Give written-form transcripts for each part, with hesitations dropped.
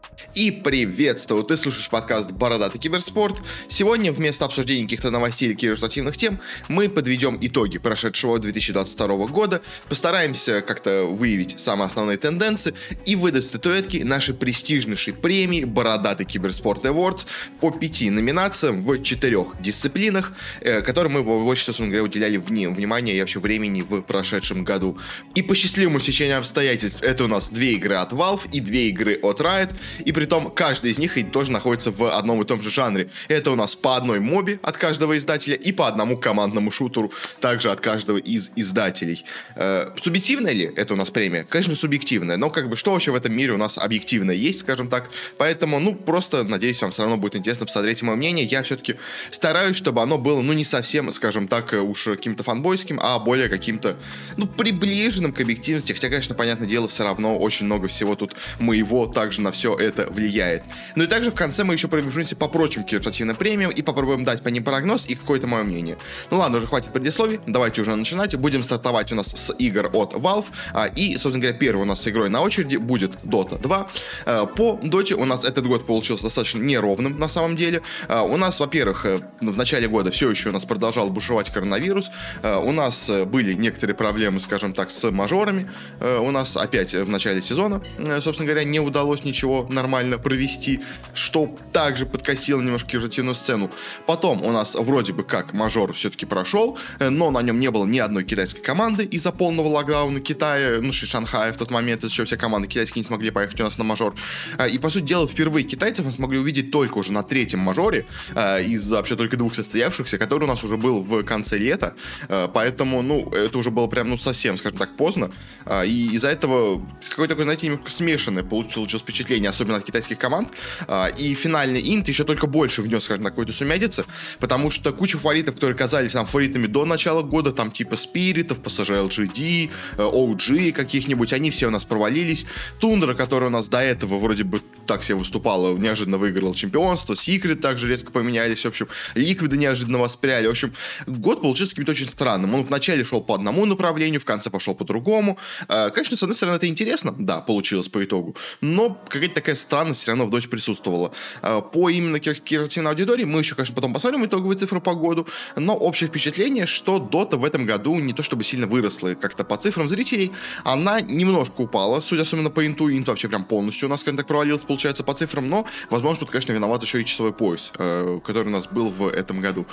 И приветствую! Ты слушаешь подкаст «Бородатый киберспорт». Сегодня вместо обсуждения каких-то новостей или киберспортивных тем мы подведем итоги прошедшего 2022 года, постараемся как-то выявить самые основные тенденции и выдать статуэтки нашей престижнейшей премии «Бородатый киберспорт Awards» по 5 номинациям в 4 дисциплинах, которым мы больше, собственно говоря, уделяли внимания и вообще времени в прошедшем году. И по счастливому стечению обстоятельств это у нас 2 игры от Valve и 2 игры от Riot, и притом каждый из них тоже находится в одном и том же жанре. Это у нас по одной моби от каждого издателя и по одному командному шутеру также от каждого из издателей. Субъективная ли это у нас премия? Конечно, субъективная, но как бы что вообще в этом мире у нас объективное есть, скажем так. Поэтому, просто, надеюсь, вам все равно будет интересно посмотреть мое мнение. Я все-таки стараюсь, чтобы оно было, не совсем, скажем так, уж каким-то фанбойским, а более каким-то, приближенным к объективности. Хотя, конечно, понятное дело, все равно очень много всего тут моего также на все это влияет. Ну и также в конце мы еще пробежимся по прочим киберспортивным премиям и попробуем дать по ним прогноз и какое-то мое мнение. Ну ладно, уже хватит предисловий, давайте уже начинать. Будем стартовать у нас с игр от Valve. И, собственно говоря, первой у нас с игрой на очереди будет Dota 2. По Dota у нас этот год получился достаточно неровным на самом деле. У нас, во-первых, в начале года все еще у нас продолжал бушевать коронавирус. У нас были некоторые проблемы, скажем так, с мажорами. У нас опять в начале сезона, собственно говоря, не удалось ничего нормально провести, что также подкосило немножко киберспортивную сцену. Потом у нас вроде бы как мажор все-таки прошел, но на нем не было ни одной китайской команды из-за полного локдауна Китая, Шанхая в тот момент, из-за чего все команды китайские не смогли поехать у нас на мажор. И, по сути дела, впервые китайцев мы смогли увидеть только уже на 3-м мажоре, из вообще только 2 состоявшихся, который у нас уже был в конце лета, поэтому, это уже было прям, совсем, скажем так, поздно, и из-за этого какое-то такое, знаете, немножко смешанное получилось впечатление, особенно от китайских команд, и финальный инт еще только больше внес, скажем так, какой-то сумятицы, потому что куча фаворитов, которые казались нам фаворитами до начала года, там типа Спиритов, PSG LGD, OG каких-нибудь, они все у нас провалились. Тундра, которая у нас до этого вроде бы так себе выступала, неожиданно выиграла чемпионство, Secret также резко поменялись, в общем, Ликвиды неожиданно воспряли, в общем, год получился каким-то очень странным. Он вначале шел по одному направлению, в конце пошел по другому. Конечно, с одной стороны, это интересно, да, получилось по итогу, но какая-то такая странность все равно в Доте присутствовала. По именно киберспортивной аудитории мы еще, конечно, потом посмотрим итоговые цифры по году, но общее впечатление, что Дота в этом году не то чтобы сильно выросла как-то по цифрам зрителей, она немножко упала, судя особенно по инту, инт вообще прям полностью у нас, скажем так, провалился, получается, по цифрам, но, возможно, тут, конечно, виноват еще и часовой пояс, который у нас был в этом году.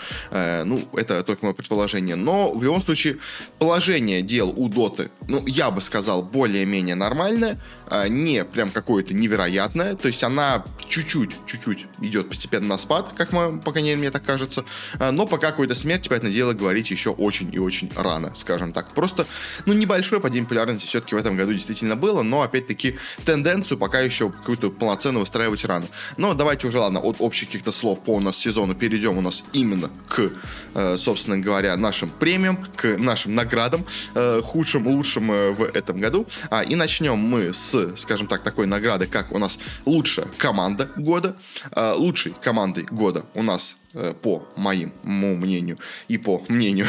Это только мое предположение, но в любом случае положение дел у Доты, я бы сказал, более-менее нормальное, не прям какое-то невероятное, то есть она чуть-чуть идет постепенно на спад, как по крайней мере, мне так кажется, но пока какой-то смерти, понятное дело, говорить еще очень и очень рано, скажем так. Просто, небольшое падение популярности все-таки в этом году действительно было, но, опять-таки, тенденцию пока еще какую-то полноценную выстраивать рано. Но давайте уже, ладно, от общих каких-то слов по у нас сезону перейдем у нас именно к, собственно говоря, нашим премиям, к нашим наградам, худшим, лучшим в этом году. И начнем мы с, скажем так, такой награды, как у нас лучшая команда года. Лучшей командой года у нас, по моему мнению и по мнению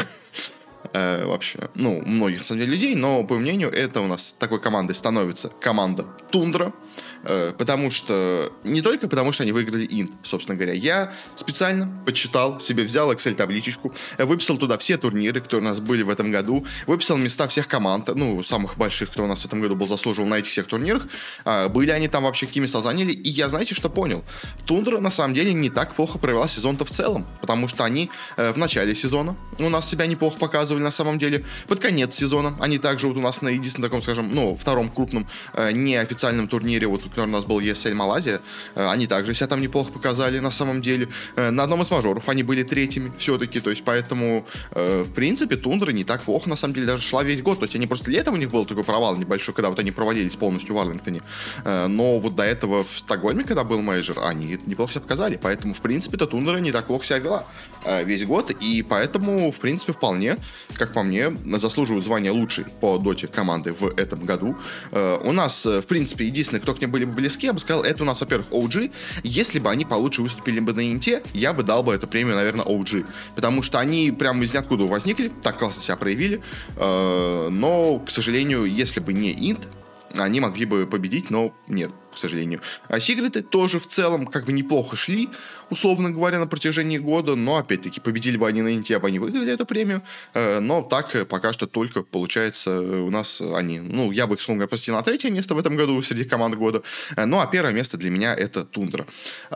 вообще, многих, на самом деле, людей, но по мнению, это у нас такой командой становится команда Тундра. Потому что, не только потому, что они выиграли инт, собственно говоря. Я специально почитал, себе взял Excel-табличечку, выписал туда все турниры, которые у нас были в этом году, выписал места всех команд, самых больших, кто у нас в этом году был заслуживал на этих всех турнирах, были они там вообще, какие места заняли, и я, знаете, что понял? Тундра, на самом деле, не так плохо провела сезон-то в целом, потому что они в начале сезона у нас себя неплохо показывали, на самом деле, под конец сезона они также у нас на единственном таком, скажем, втором крупном неофициальном турнире, который у нас был ESL Малайзия, они также себя там неплохо показали на самом деле. На одном из мажоров они были 3-ми все-таки, то есть поэтому, в принципе, Тундра не так плохо, на самом деле, даже шла весь год, то есть они просто летом у них был такой провал небольшой, когда они провалились полностью в Арлингтоне, но до этого в Стокгольме, когда был мейджор, они неплохо себя показали, поэтому, в принципе-то, Тундра не так плохо себя вела весь год, и поэтому, в принципе, вполне, как по мне, заслуживают звания лучшей по доте команды в этом году. У нас, в принципе, единственное, кто к ним были бы близки, я бы сказал, это у нас, во-первых, OG. Если бы они получше выступили бы на инте, я бы дал бы эту премию, наверное, OG. Потому что они прямо из ниоткуда возникли, так классно себя проявили. Но, к сожалению, если бы не инт, они могли бы победить, но нет. к сожалению. А Секреты тоже в целом как бы неплохо шли, условно говоря, на протяжении года, но, опять-таки, победили бы они на Инте, бы они выиграли эту премию, но так пока что только, получается, у нас они. Ну, я бы их, условно говоря, поставил на третье место в этом году среди команд года, ну, а первое место для меня это Тундра.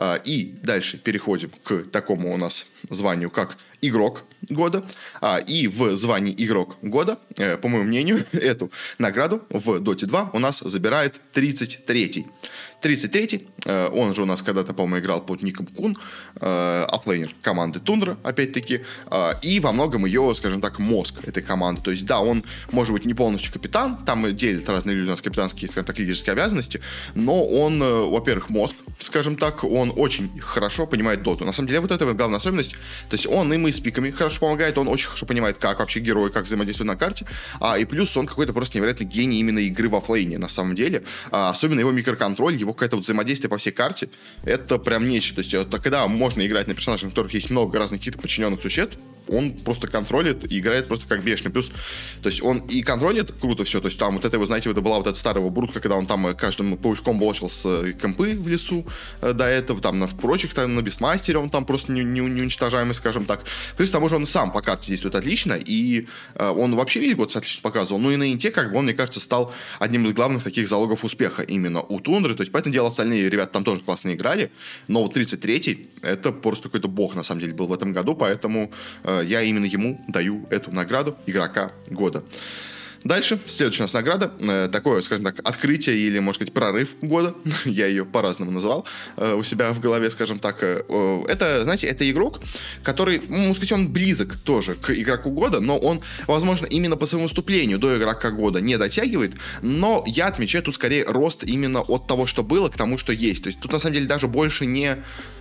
И дальше переходим к такому у нас званию, как игрок года. И в звании игрок года, по моему мнению, эту награду в Dota 2 у нас забирает 33-й. 33-й, он же у нас когда-то, по-моему, играл под ником Кун, оффлейнер команды Тундра, опять-таки, и во многом ее, скажем так, мозг этой команды. То есть, да, он, может быть, не полностью капитан, там делят разные люди у нас капитанские, скажем так, лидерские обязанности, но он, во-первых, мозг, скажем так, он очень хорошо понимает доту. На самом деле, вот это вот главная особенность. То есть, он им и с пиками хорошо помогает, он очень хорошо понимает, как вообще герой, как взаимодействует на карте, и плюс он какой-то просто невероятный гений именно игры в оффлейне, на самом деле. Особенно его микроконтроль, его какое-то вот взаимодействие по всей карте, это прям нечто. То есть, это когда можно играть на персонажах, у которых есть много разных каких-то подчиненных существ, он просто контролит и играет просто как бешеный. Плюс, то есть, он и контролит круто все. То есть, там вот это, вы знаете, вот это была вот эта старая Брутка, когда он там каждым паучком блочил с компы в лесу до этого, там на прочих, там на Бестмастере он там просто неуничтожаемый, скажем так. Плюс, к тому же, он сам по карте действует отлично, и он вообще весь год отлично показывал. Ну и на Инте, как бы, он, мне кажется, стал одним из главных таких залогов успеха именно у Тундры. То есть, поэтому дело остальные ребята там тоже классно играли, но вот 33-й, это просто какой-то бог, на самом деле, был в этом году, поэтому я именно ему даю эту награду игрока года. Дальше, следующая у нас награда, такое, скажем так, открытие или, можно сказать, прорыв года, я ее по-разному называл у себя в голове, скажем так. Это, знаете, это игрок, который, можно сказать, он близок тоже к игроку года, но он, возможно, именно по своему выступлению до игрока года не дотягивает, но я отмечаю тут скорее рост именно от того, что было, к тому, что есть. То есть тут, на самом деле, даже больше не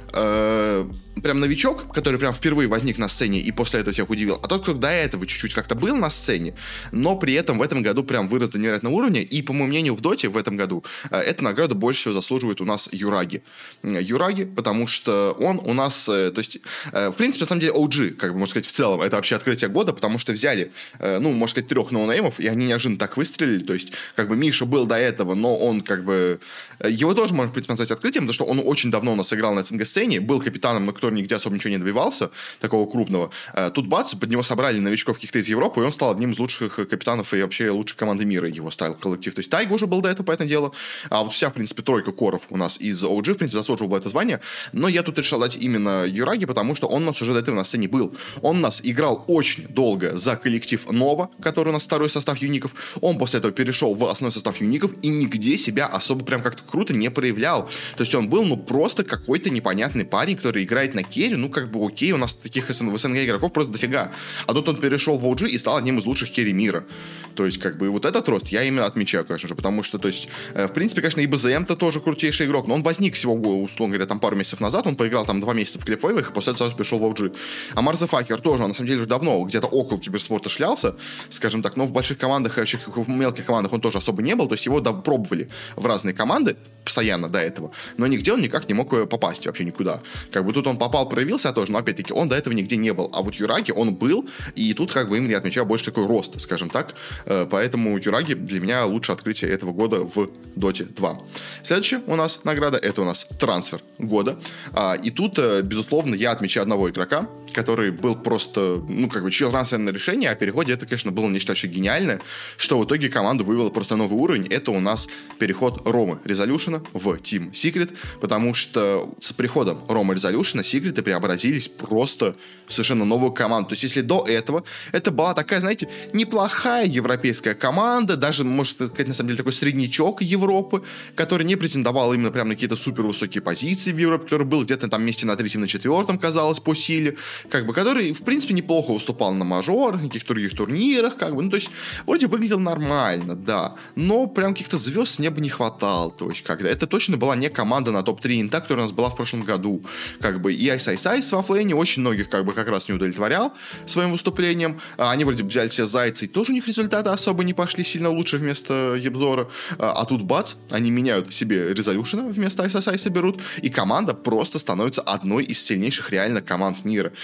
прям новичок, который прям впервые возник на сцене и после этого всех удивил, а тот, кто до этого чуть-чуть как-то был на сцене, но при этом в этом году прям вырос до невероятного уровня, и, по моему мнению, в Доте в этом году эту награду больше всего заслуживает у нас Юраги. Юраги, потому что он у нас, то есть, в принципе, на самом деле, OG, как бы, можно сказать, в целом, это вообще открытие года, потому что взяли, ну, можно сказать, 3 ноунеймов, и они неожиданно так выстрелили, то есть, как бы, Миша был до этого, но он, как бы, его тоже можно, в принципе, назвать открытием, потому что он очень давно у нас играл на СНГ-сцене, был капитаном, но который нигде особо ничего не добивался, такого крупного. Тут бац, под него собрали новичков каких-то из Европы, и он стал одним из лучших капитанов и вообще лучшей команды мира, его ставил коллектив. То есть Тайга уже был до этого, по этому делу. А вот вся, в принципе, тройка коров у нас из OG, в принципе, заслуживал это звание. Но я тут решил дать именно Юраги, потому что он у нас уже до этого на сцене был. Он у нас играл очень долго за коллектив Нова, который у нас второй состав юников. Он после этого перешел в основной состав юников и нигде себя особо прям как-то круто не проявлял. То есть он был, ну, просто какой-то непонятный парень, который играет на керри, ну, как бы окей, у нас таких в СНГ игроков просто дофига. А тут он перешел в OG и стал одним из лучших керри мира. То есть, как бы, вот этот рост я именно отмечаю, конечно же, потому что, то есть, в принципе, конечно, и БЗМ-то тоже крутейший игрок, но он возник всего, условно говоря, там пару месяцев назад, он поиграл там 2 месяца в клипвейвах, и после этого сразу перешел в OG. А Марзефакер тоже, он, на самом деле, уже давно где-то около киберспорта шлялся, скажем так, но в больших командах, вообще в мелких командах он тоже особо не был, то есть его пробовали в разные команды постоянно до этого, но нигде он никак не мог попасть вообще никуда. Как бы тут он попал, проявился тоже, но опять-таки он до этого нигде не был. А вот Юраги, он был, и тут как бы именно я отмечаю больше такой рост, скажем так. Поэтому Юраги для меня лучшее открытие этого года в Доте 2. Следующая у нас награда, это у нас трансфер года. И тут, безусловно, я отмечаю одного игрока, который был просто, ну, как бы, чье трансферное решение о переходе, это, конечно, было нечто очень гениальное, что в итоге команду вывело просто на новый уровень. Это у нас переход Ромы Резолюшена в Team Secret, потому что с приходом Ромы Резолюшена Секреты преобразились просто в совершенно новую команду. То есть, если до этого это была такая, знаете, неплохая европейская команда, даже, можно сказать, на самом деле, такой среднячок Европы, который не претендовал именно прям на какие-то супер высокие позиции в Европе, который был где-то там месте на 3-м, на 4-м, казалось, по силе, как бы, который, в принципе, неплохо выступал на мажорах, каких-то других турнирах, как бы, ну, то есть, вроде выглядел нормально, да, но прям каких-то звезд с неба не хватало, то есть, когда это точно была не команда на топ-3 инта, которая у нас была в прошлом году, как бы, и Ice в оффлейне очень многих, как бы, как раз не удовлетворял своим выступлением, они вроде взяли все зайцы, и тоже у них результаты особо не пошли сильно лучше вместо Ебзора, а тут бац, они меняют себе Резолюшена вместо Ice берут, и команда просто становится одной из сильнейших реально команд мира.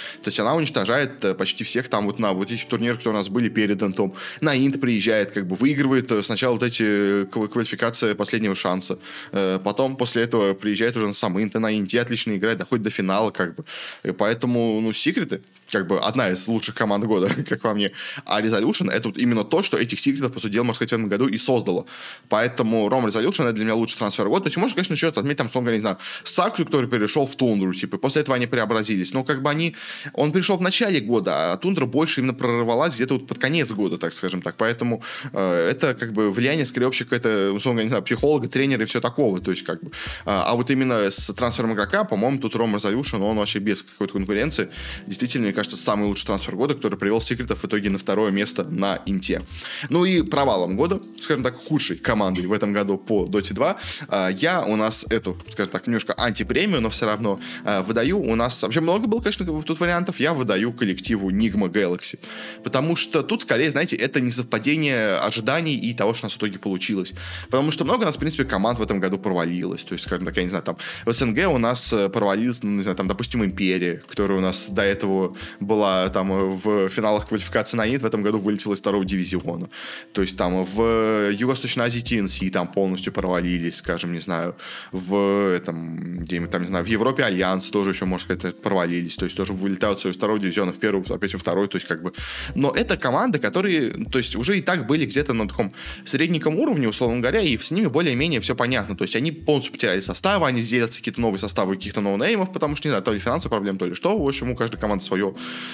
То есть она уничтожает почти всех там вот на вот этих турнирах, которые у нас были перед Антом. На Инт приезжает, как бы выигрывает сначала вот эти квалификации последнего шанса. Потом после этого приезжает уже на сам Инт, и на Инте отлично играет, доходит до финала, как бы. И поэтому, ну, секреты, как бы одна из лучших команд года, как по мне. А Resolution — это вот именно то, что этих секретов, по сути дела, можно сказать, в этом году и создало. Поэтому Rome Resolution — это для меня лучший трансфер года. То есть можно, конечно, еще отметить, там, словно, не знаю, Саксу, который перешел в Тундру, типа, после этого они преобразились. Но как бы он перешел в начале года, а Тундра больше именно прорывалась где-то вот под конец года, так скажем так. Поэтому это как бы влияние, скорее, вообще какое-то, условно, не знаю, психолога, тренера и все такого. То есть как бы. А вот именно с трансфером игрока, по-моему, тут Rome Resolution, он вообще без какой-то конкуренции. Действительно, мне кажется, самый лучший трансфер года, который привел секретов в итоге на второе место на Инте. Ну и провалом года, скажем так, худшей командой в этом году по Dota 2, я у нас эту, скажем так, немножко антипремию, но все равно выдаю. У нас вообще много было, конечно, тут вариантов. Я выдаю коллективу Nigma Galaxy. Потому что тут, скорее, знаете, это не совпадение ожиданий и того, что у нас в итоге получилось. Потому что много у нас, в принципе, команд в этом году провалилось. То есть, скажем так, я не знаю, там в СНГ у нас провалилась, ну, не знаю, там, допустим, Империя, которая у нас до этого была там в финалах квалификации на ИНТ, в этом году вылетела из второго дивизиона. То есть там в Юго-Восточной Азии TNC там полностью провалились, скажем, не знаю, в этом, где-нибудь там, не знаю, в Европе Альянс тоже еще, может сказать, провалились. То есть тоже вылетают из второго дивизиона в первый, опять во второй, то есть как бы... Но это команды, которые, то есть уже и так были где-то на таком средненьком уровне, условно говоря, и с ними более-менее все понятно. То есть они полностью потеряли составы, они сделали какие-то новые составы каких-то ноунеймов, потому что, не знаю, то ли финансовые проблемы, то ли что, в общем, у каждой команды свое.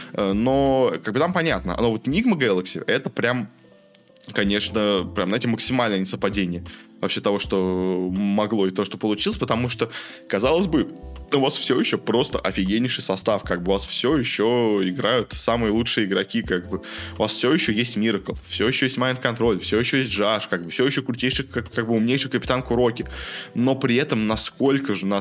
Но как бы там понятно. Но вот Nigma Galaxy — это прям, конечно, прям, знаете, максимальное несовпадение вообще того, что могло и то, что получилось, потому что, казалось бы, у вас все еще просто офигеннейший состав, как бы у вас все еще играют самые лучшие игроки, как бы у вас все еще есть Miracle, все еще есть Mind Control, все еще есть Josh, как бы все еще крутейший, как бы умнейший капитан Куроки, но при этом насколько же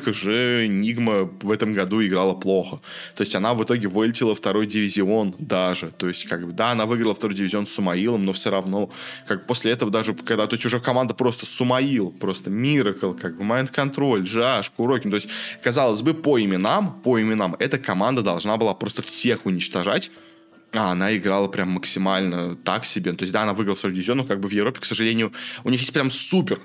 Nigma в этом году играла плохо. То есть она в итоге вылетела второй дивизион даже, то есть как бы, да, она выиграла второй дивизион с Сумаилом, но все равно, как после этого даже, когда, то есть уже команда просто Сумаил, просто Miracle, как бы Mind Control, Josh, Куроки, то есть казалось бы, по именам, эта команда должна была просто всех уничтожать, а она играла прям максимально так себе. То есть, да, она выиграла свой дивизион, но как бы в Европе, к сожалению, у них есть прям супер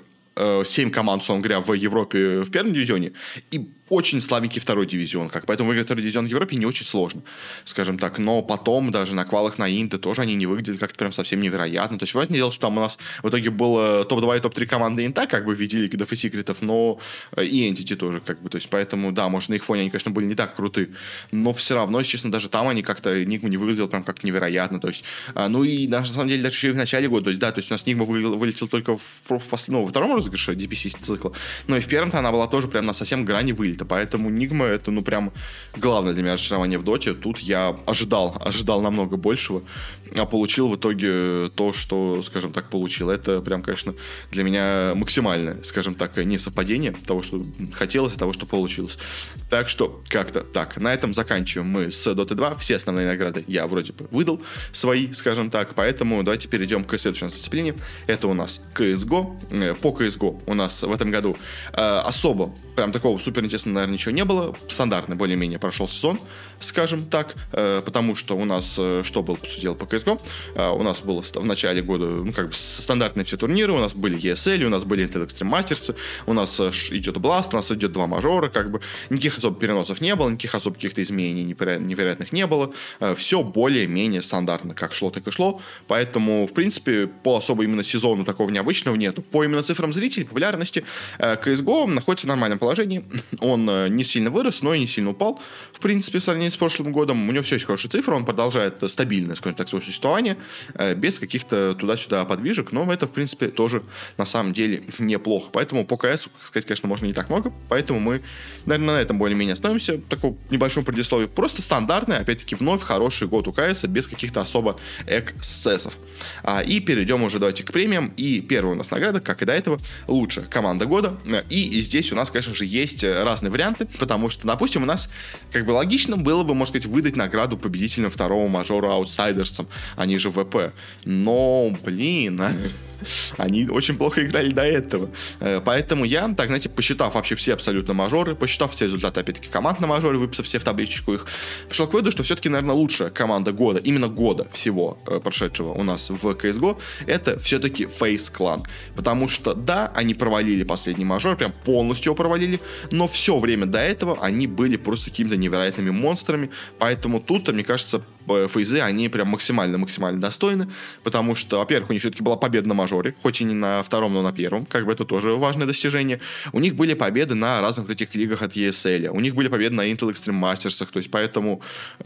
7 команд, условно говоря, в Европе в первом дивизионе, и очень слабенький второй дивизион, поэтому выиграть второй дивизион в Европе не очень сложно, скажем так, но потом даже на квалах на Инты тоже они не выглядели как-то прям совсем невероятно, то есть понятное дело, что там у нас в итоге было топ-2 и топ-3 команды Инта, как бы в виде ликвидов и секретов, но и Entity тоже, как бы, то есть поэтому, да, может, на их фоне они, конечно, были не так круты, но все равно, если честно, даже там они как-то, Nigma не выглядел прям как невероятно, то есть, ну и на самом деле даже еще и в начале года, то есть, да, то есть у нас Nigma вылетел только во втором розыгрыше DPC цикла, но и в первом-то она была тоже прям на совсем грани вылета, поэтому Nigma — это, ну, прям главное для меня разочарование в доте. Тут я ожидал намного большего, а получил в итоге то, что, скажем так, получил. Это прям, конечно, для меня максимальное, скажем так, несовпадение того, что хотелось, и того, что получилось. Так что, как-то так. На этом заканчиваем мы с Dota 2. Все основные награды я вроде бы выдал свои, скажем так, поэтому давайте перейдем к следующей дисциплине. Это у нас CSGO. По CSGO у нас в этом году особо прям такого супер интересного, наверное, ничего не было. Стандартно более-менее прошел сезон, скажем так, потому что у нас что было, по сути дела, по CSGO? У нас было в начале года, ну, как бы стандартные все турниры, у нас были ESL, у нас были Intel Extreme Masters, у нас идет Blast, у нас идет 2 мажора, как бы никаких особо переносов не было, никаких особо каких-то изменений невероятных не было, все более-менее стандартно, как шло, так и шло, поэтому, в принципе, по особо именно сезону такого необычного нету. По именно цифрам зрителей, популярности, CSGO находится в нормальном положении, он не сильно вырос, но и не сильно упал, в принципе, в сравнении с прошлым годом. У него все очень хорошие цифры, он продолжает стабильное, скажем так, свое существование, без каких-то туда-сюда подвижек, но это, в принципе, тоже на самом деле неплохо. Поэтому по КС сказать, конечно, можно не так много, поэтому мы, наверное, на этом более-менее остановимся, в таком небольшом предисловии. Просто стандартный, опять-таки, вновь хороший год у КС, без каких-то особо эксцессов. И перейдем уже, давайте, к премиям. И первая у нас награда, как и до этого, лучшая команда года. И здесь у нас, конечно же, есть разные варианты, потому что, допустим, у нас, как бы логично было бы, можно сказать, выдать награду победителям второго мажора аутсайдерсам, они же ВП. Но, блин, Они очень плохо играли до этого. Поэтому я, так, знаете, посчитав вообще все абсолютно мажоры, посчитав все результаты, опять-таки, команд на мажоре, выписав все в табличку их, пришел к выводу, что все-таки, наверное, лучшая команда года, именно года всего прошедшего у нас в CSGO, это все-таки FaZe Clan. Потому что, да, они провалили последний мажор, прям полностью его провалили, но все время до этого они были просто какими-то невероятными монстрами, поэтому тут, мне кажется, FaZe, они прям максимально достойны, потому что, во-первых, у них все-таки была победа на мажоре, хоть и не на втором, но на первом, как бы это тоже важное достижение. У них были победы на разных вот этих лигах от ESL, у них были победы на Intel Extreme Masters, то есть поэтому,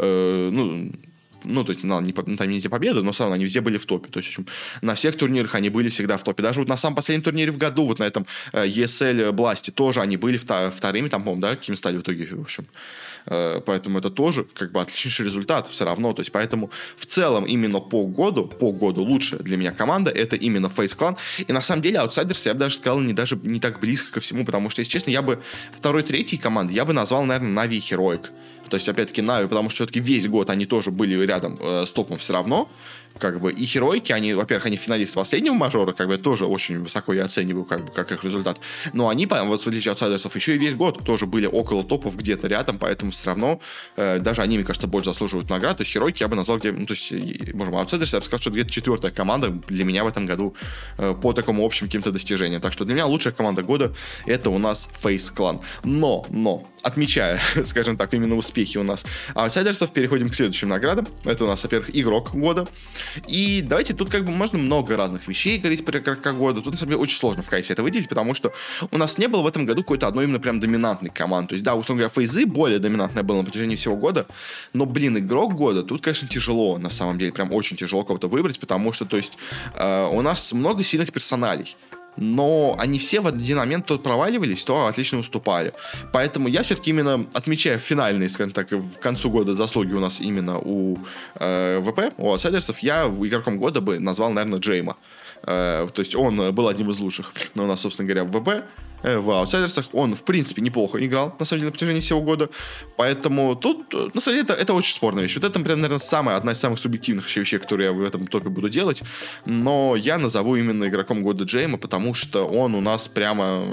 то есть, там не те победы, но все равно они везде были в топе. То есть, в общем, на всех турнирах они были всегда в топе. Даже вот на самом последнем турнире в году, вот на этом ESL Blast тоже они были вторыми, там, по-моему, да, какими стали в итоге, в общем. Поэтому это тоже, как бы, отличнейший результат все равно. То есть, поэтому в целом именно по году лучшая для меня команда это именно FaZe Clan. И на самом деле Outsiders я бы даже сказал не так близко ко всему, потому что, если честно, я бы второй-третьей команды я бы назвал, наверное, Na'Vi и Heroic. То есть, опять-таки, Na'Vi, потому что все-таки весь год они тоже были рядом с топом все равно. Как бы, и Heroic, они, во-первых, они финалисты последнего мажора, как бы, тоже очень высоко я оцениваю, как бы, как их результат. Но они, вот в отличие от аутсайдерсов, еще и весь год тоже были около топов, где-то рядом, поэтому все равно даже они, мне кажется, больше заслуживают наград. То есть Heroic я бы назвал, то есть, можем, аутсайдерс, я бы сказал, что где-то четвертая команда для меня в этом году по такому общим каким-то достижениям. Так что для меня лучшая команда года это у нас FaZe Clan. Но, отмечая, скажем так, именно успехи у нас аутсайдерсов, переходим к следующим наградам. Это у нас, во-первых, игрок года. И давайте тут как бы можно много разных вещей говорить про игрока года. Тут, на самом деле, очень сложно в кайсе это выделить, потому что у нас не было в этом году какой-то одной именно прям доминантной команды. То есть, да, условно говоря, FaZe более доминантная была на протяжении всего года, но, игрок года тут, конечно, тяжело, на самом деле, прям очень тяжело кого-то выбрать, потому что, то есть, у нас много сильных персоналей. Но они все в один момент то проваливались, то отлично выступали. Поэтому я все-таки именно отмечаю финальные, скажем так, в концу года заслуги у нас именно у ВП, у аутсайдерсов, я игроком года бы назвал, наверное, Джейма. То есть он был одним из лучших у нас, собственно говоря, в ВП. В аутсайдерсах он, в принципе, неплохо играл, на самом деле, на протяжении всего года. Поэтому тут, на самом деле, это очень спорная вещь. Вот это, прям, наверное, одна из самых субъективных вещей, которые я в этом топе буду делать. Но я назову именно игроком года Джейма, потому что он у нас прямо...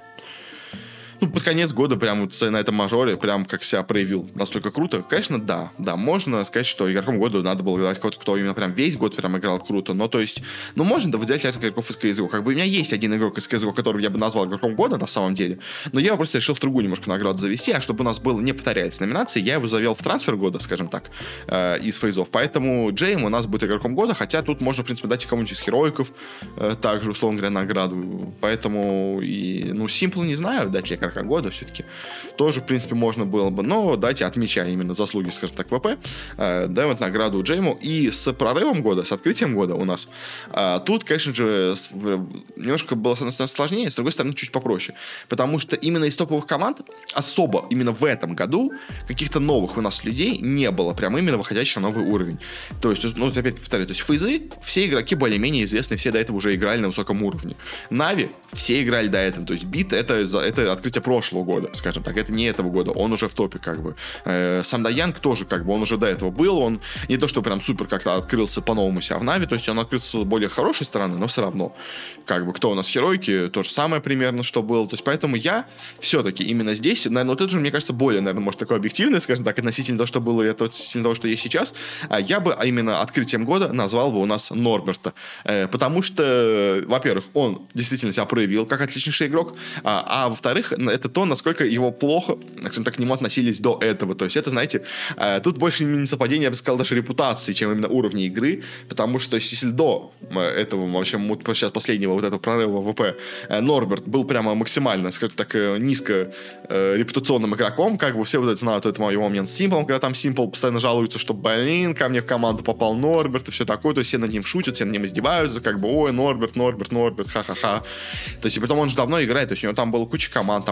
под конец года прям вот на этом мажоре прям как себя проявил настолько круто. Конечно, да, можно сказать, что игроком года надо было играть кого-то, кто именно прям весь год прям играл круто, но то есть, можно выделять несколько игроков из CSGO. Как бы у меня есть один игрок из CSGO, которого я бы назвал игроком года на самом деле, но я его просто решил в другую немножко награду завести, а чтобы у нас было не повторялись номинации, я его завел в трансфер года, скажем так, из фейзов. Поэтому Джейм у нас будет игроком года, хотя тут можно, в принципе, дать кому-нибудь из Хероиков также, условно говоря, награду. Поэтому, Simple не знаю, дать ли игрока года все-таки тоже, в принципе, можно было бы, но давайте отмечаем именно заслуги, скажем так, ВП, даем эту награду Джейму, и с прорывом года, с открытием года у нас тут, конечно же, немножко было, с одной стороны, сложнее, с другой стороны, чуть попроще, потому что именно из топовых команд особо именно в этом году каких-то новых у нас людей не было, прям именно выходящих на новый уровень. То есть, опять повторяю, то есть FaZe, все игроки более-менее известны, все до этого уже играли на высоком уровне. Na'Vi, все играли до этого, то есть Бит это открытие прошлого года, скажем так, это не этого года, он уже в топе, как бы. Сам Янг тоже, как бы, он уже до этого был, он не то, что прям супер как-то открылся по-новому себя в Na'Vi, то есть он открылся с более хорошей стороны, но все равно, как бы, кто у нас в Херойке, то же самое примерно, что было, то есть поэтому я все-таки именно здесь, наверное, вот это же, мне кажется, более, наверное, может, такое объективное, скажем так, относительно того, что было, и относительно того, что есть сейчас, я бы именно открытием года назвал бы у нас Норберта, потому что, во-первых, он действительно себя проявил как отличнейший игрок, а во-вторых, это то, насколько его плохо, скажем так, к нему относились до этого. То есть это, знаете, тут больше не совпадение, я бы сказал, даже репутации, чем именно уровня игры, потому что если до этого, в общем, сейчас последнего вот этого прорыва ВП, Норберт был прямо максимально, скажем так, низко репутационным игроком, как бы все вот это знают, это его момент с Simple, когда там Simple постоянно жалуется, что, ко мне в команду попал Норберт и все такое, то есть все над ним шутят, все над ним издеваются, как бы, ой, Норберт, ха-ха-ха. То есть и потом он же давно играет, то есть у него там была куча команд,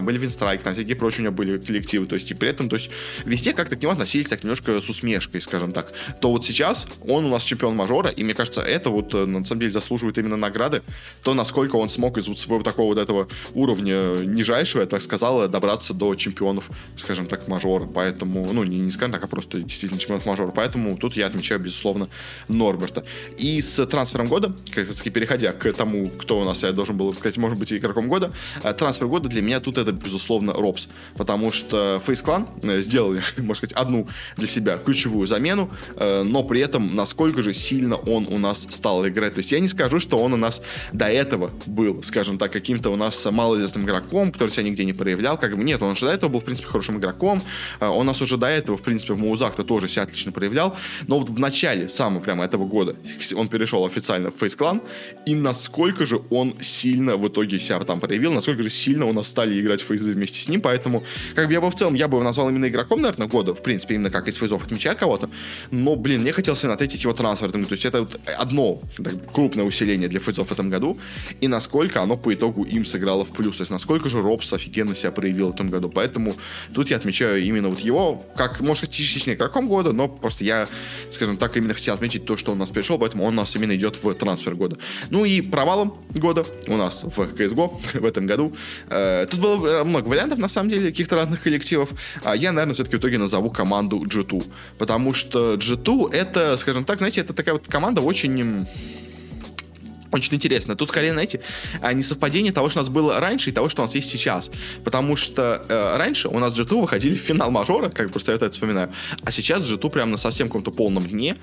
там были Винстрайк, там всякие прочие у него были коллективы, то есть и при этом, то есть везде как-то к нему относились так немножко с усмешкой, скажем так. То вот сейчас он у нас чемпион мажора, и мне кажется, это вот на самом деле заслуживает именно награды, то, насколько он смог из вот своего такого вот этого уровня нижайшего, я так сказал, добраться до чемпионов, скажем так, мажора, поэтому, ну, не скажем так, а просто действительно чемпионов мажора, поэтому тут я отмечаю, безусловно, Норберта. И с трансфером года, как раз таки переходя к тому, кто у нас, я должен был сказать, может быть, игроком года, трансфер года для меня тут это, безусловно, Робс, потому что FaZe Clan сделали, можно сказать, одну для себя ключевую замену, но при этом насколько же сильно он у нас стал играть. То есть я не скажу, что он у нас до этого был, скажем так, каким-то у нас малоизвестным игроком, который себя нигде не проявлял, как бы нет, он уже до этого был, в принципе, хорошим игроком, он у нас уже до этого, в принципе, в Маузах-то тоже себя отлично проявлял, но вот в начале самого прямо этого года он перешел официально в FaZe Clan, и насколько же он сильно в итоге себя там проявил, насколько же сильно у нас стали играть в фейзы вместе с ним, поэтому, как бы я бы в целом, я бы его назвал именно игроком, наверное, года, в принципе, именно как из фейзов отмечать кого-то, но, блин, мне хотелось именно ответить его трансфер, то есть это вот одно так, крупное усиление для фейзов в этом году, и насколько оно по итогу им сыграло в плюс, то есть насколько же Робс офигенно себя проявил в этом году, поэтому тут я отмечаю именно вот его, как, может сказать, частично игроком года, но просто я, скажем так, именно хотел отметить то, что он у нас пришел, поэтому он у нас именно идет в трансфер года. Ну и провалом года у нас в CSGO в этом году. Тут было много вариантов, на самом деле, каких-то разных коллективов. Я, наверное, все-таки в итоге назову команду G2, потому что G2 это, скажем так, знаете, это такая вот команда очень интересно. Тут скорее, знаете, несовпадение того, что у нас было раньше, и того, что у нас есть сейчас. Потому что раньше у нас G2 выходили в финал мажора, как бы просто я это вспоминаю, а сейчас G2 прям на совсем каком-то полном дне,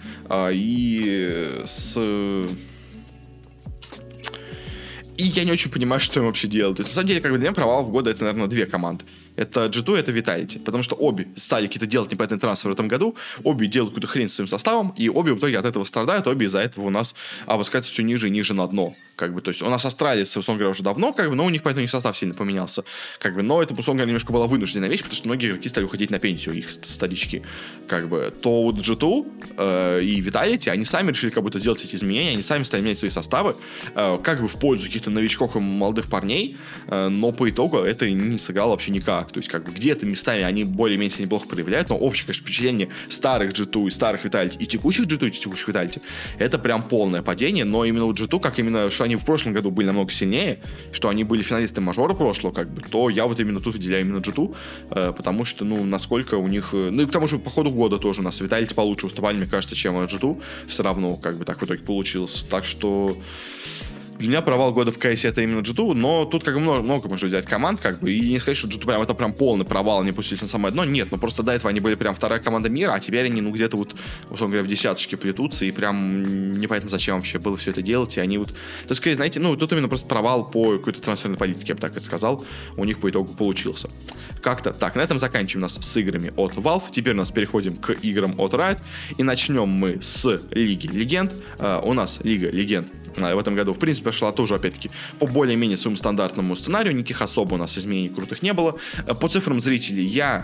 И я не очень понимаю, что им вообще делать. То есть, на самом деле, как бы для меня провалов года это, наверное, две команды. Это G2 и это Vitality. Потому что обе стали какие-то делать непонятные трансферы в этом году, обе делают какую-то хрень с своим составом, и обе в итоге от этого страдают, обе из-за этого у нас опускаются все ниже и ниже на дно. Как бы, то есть у нас Астралис, условно говоря, уже давно, как бы, но у них, поэтому, состав сильно поменялся. Как бы, но это, условно говоря, немножко была вынужденная вещь, потому что многие игроки стали уходить на пенсию, их старички. Как бы, то вот G2 и Vitality, они сами решили как будто делать эти изменения, они сами стали менять свои составы, как бы в пользу каких-то новичков и молодых парней, но по итогу это не сыграло вообще никак. То есть, как бы, где-то местами они более-менее себя неплохо проявляют, но общее, конечно, впечатление старых G2 и старых Vitality и текущих G2 и текущих Vitality, это прям полное падение, но именно у G2, как именно, что они в прошлом году были намного сильнее, что они были финалистами мажора прошлого, как бы, то я вот именно тут выделяю именно G2, потому что, ну, насколько у них... Ну, и к тому же по ходу года тоже у нас Vitality получше выступали, мне кажется, чем G2. Все равно, как бы, так в итоге получилось. Так что... Для меня провал года в CS это именно G2, но тут как бы много можно взять команд, как бы, и не сказать, что G2 прям это прям полный провал, они пустились на самое дно, нет, но просто до этого они были прям вторая команда мира, а теперь они, ну, где-то вот, условно говоря, в десяточке плетутся, и прям непонятно, зачем вообще было все это делать, и они вот, то есть, скорее, знаете, ну, тут именно просто провал по какой-то трансферной политике, я бы так это сказал, у них по итогу получился. Как-то так, на этом заканчиваем нас с играми от Valve, теперь у нас переходим к играм от Riot, и начнем мы с Лиги Легенд, у нас Лига Легенд в этом году, в принципе, шла тоже, опять-таки, по более-менее своему стандартному сценарию, никаких особо у нас изменений крутых не было. По цифрам зрителей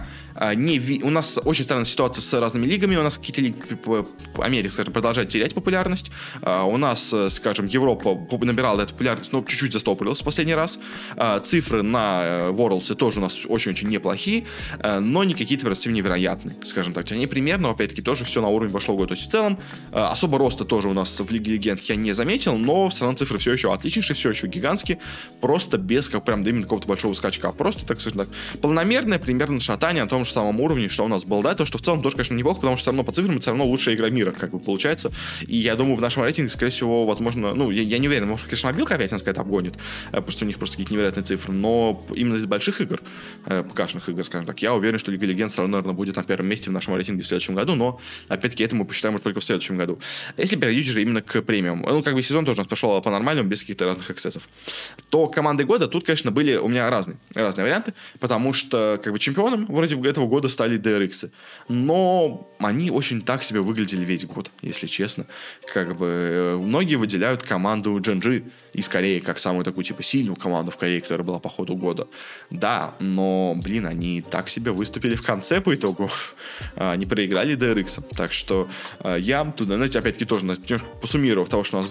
у нас очень странная ситуация с разными лигами, у нас какие-то лиги Америка, скажем, продолжает терять популярность, у нас, скажем, Европа набирала эту популярность, но чуть-чуть застопорилась в последний раз, цифры на Worlds тоже у нас очень-очень неплохие, но не какие-то прям совсем невероятные, скажем так, они примерно, опять-таки, тоже все на уровень прошлого года, то есть в целом особо роста тоже у нас в Лиге Легенд я не заметил, но все равно цифры все еще отличнейшие, все еще гигантские, просто без как прям именно какого-то большого скачка, просто, так скажем так, планомерное примерно шатание на том же самом уровне, что у нас было, да, то, что в целом тоже, конечно, неплохо, потому что все равно по цифрам это все равно лучшая игра мира, как бы получается, и я думаю, в нашем рейтинге, скорее всего, возможно, ну, я не уверен, может, конечно, мобилка опять нас какая-то обгонит, просто у них просто какие-то невероятные цифры, но именно из больших игр, ПК-шных игр, скажем так, я уверен, что Лига Легенд все равно, наверное, будет на первом месте в нашем рейтинге в следующем году, но, опять-таки, это мы посчитаем уже только в следующем году. Если перейдете же именно к премиум, ну, как бы сезон тоже у нас пошел по-нормальному, без каких-то разных эксцессов, то команды года тут, конечно, были у меня разные варианты, потому что, как бы, чемпионом вроде бы этого года стали DRX, но они очень так себе выглядели весь год, если честно. Как бы многие выделяют команду Gen.G и скорее как самую такую типа сильную команду в Корее, которая была по ходу года. Да, но, блин, они так себе выступили в конце по итогу. Они проиграли DRX. Так что я туда, знаете, опять-таки тоже немножко посуммировав того, что у нас было до этого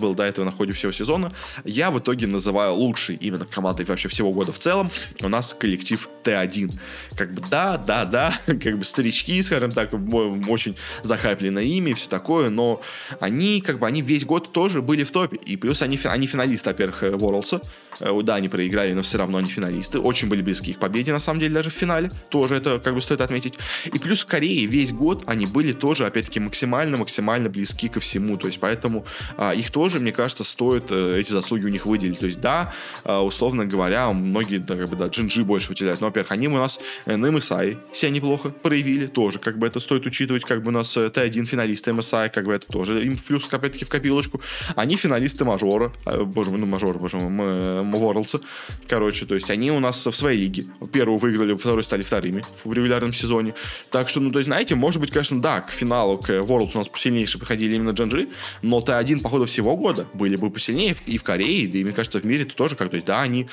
на ходе всего сезона, я в итоге называю лучшей именно командой вообще всего года в целом у нас коллектив Т1. Как бы да, как бы старички, скажем так, очень захайплены ими и все такое, но они весь год тоже были в топе. И плюс они финалисты, во-первых, Worlds. Да, они проиграли, но все равно они финалисты. Очень были близки к победе, на самом деле, даже в финале. Тоже это как бы стоит отметить. И плюс в Корее весь год они были тоже, опять-таки, максимально близки ко всему. То есть, поэтому их тоже, мне кажется, стоит эти заслуги у них выделить. То есть, да, условно говоря, многие, Джинджи больше выделяют. Но, во-первых, они у нас на MSI себя неплохо проявили. Тоже, как бы, это стоит учитывать. Как бы у нас Т1 финалисты MSI, как бы, это тоже им в плюс, опять-таки, в копилочку. Они финалисты мажора. Мажора, Worlds. Короче, то есть, они у нас в своей лиге. Первую выиграли, вторую стали вторыми в регулярном сезоне. Так что, то есть, знаете, может быть, конечно, да, к финалу, к Worlds у нас сильнейшие приходили именно Джинджи, но Т1 по ходу всего года были бы посильнее и в Корее, да и, мне кажется, в мире это тоже как, то есть, да, они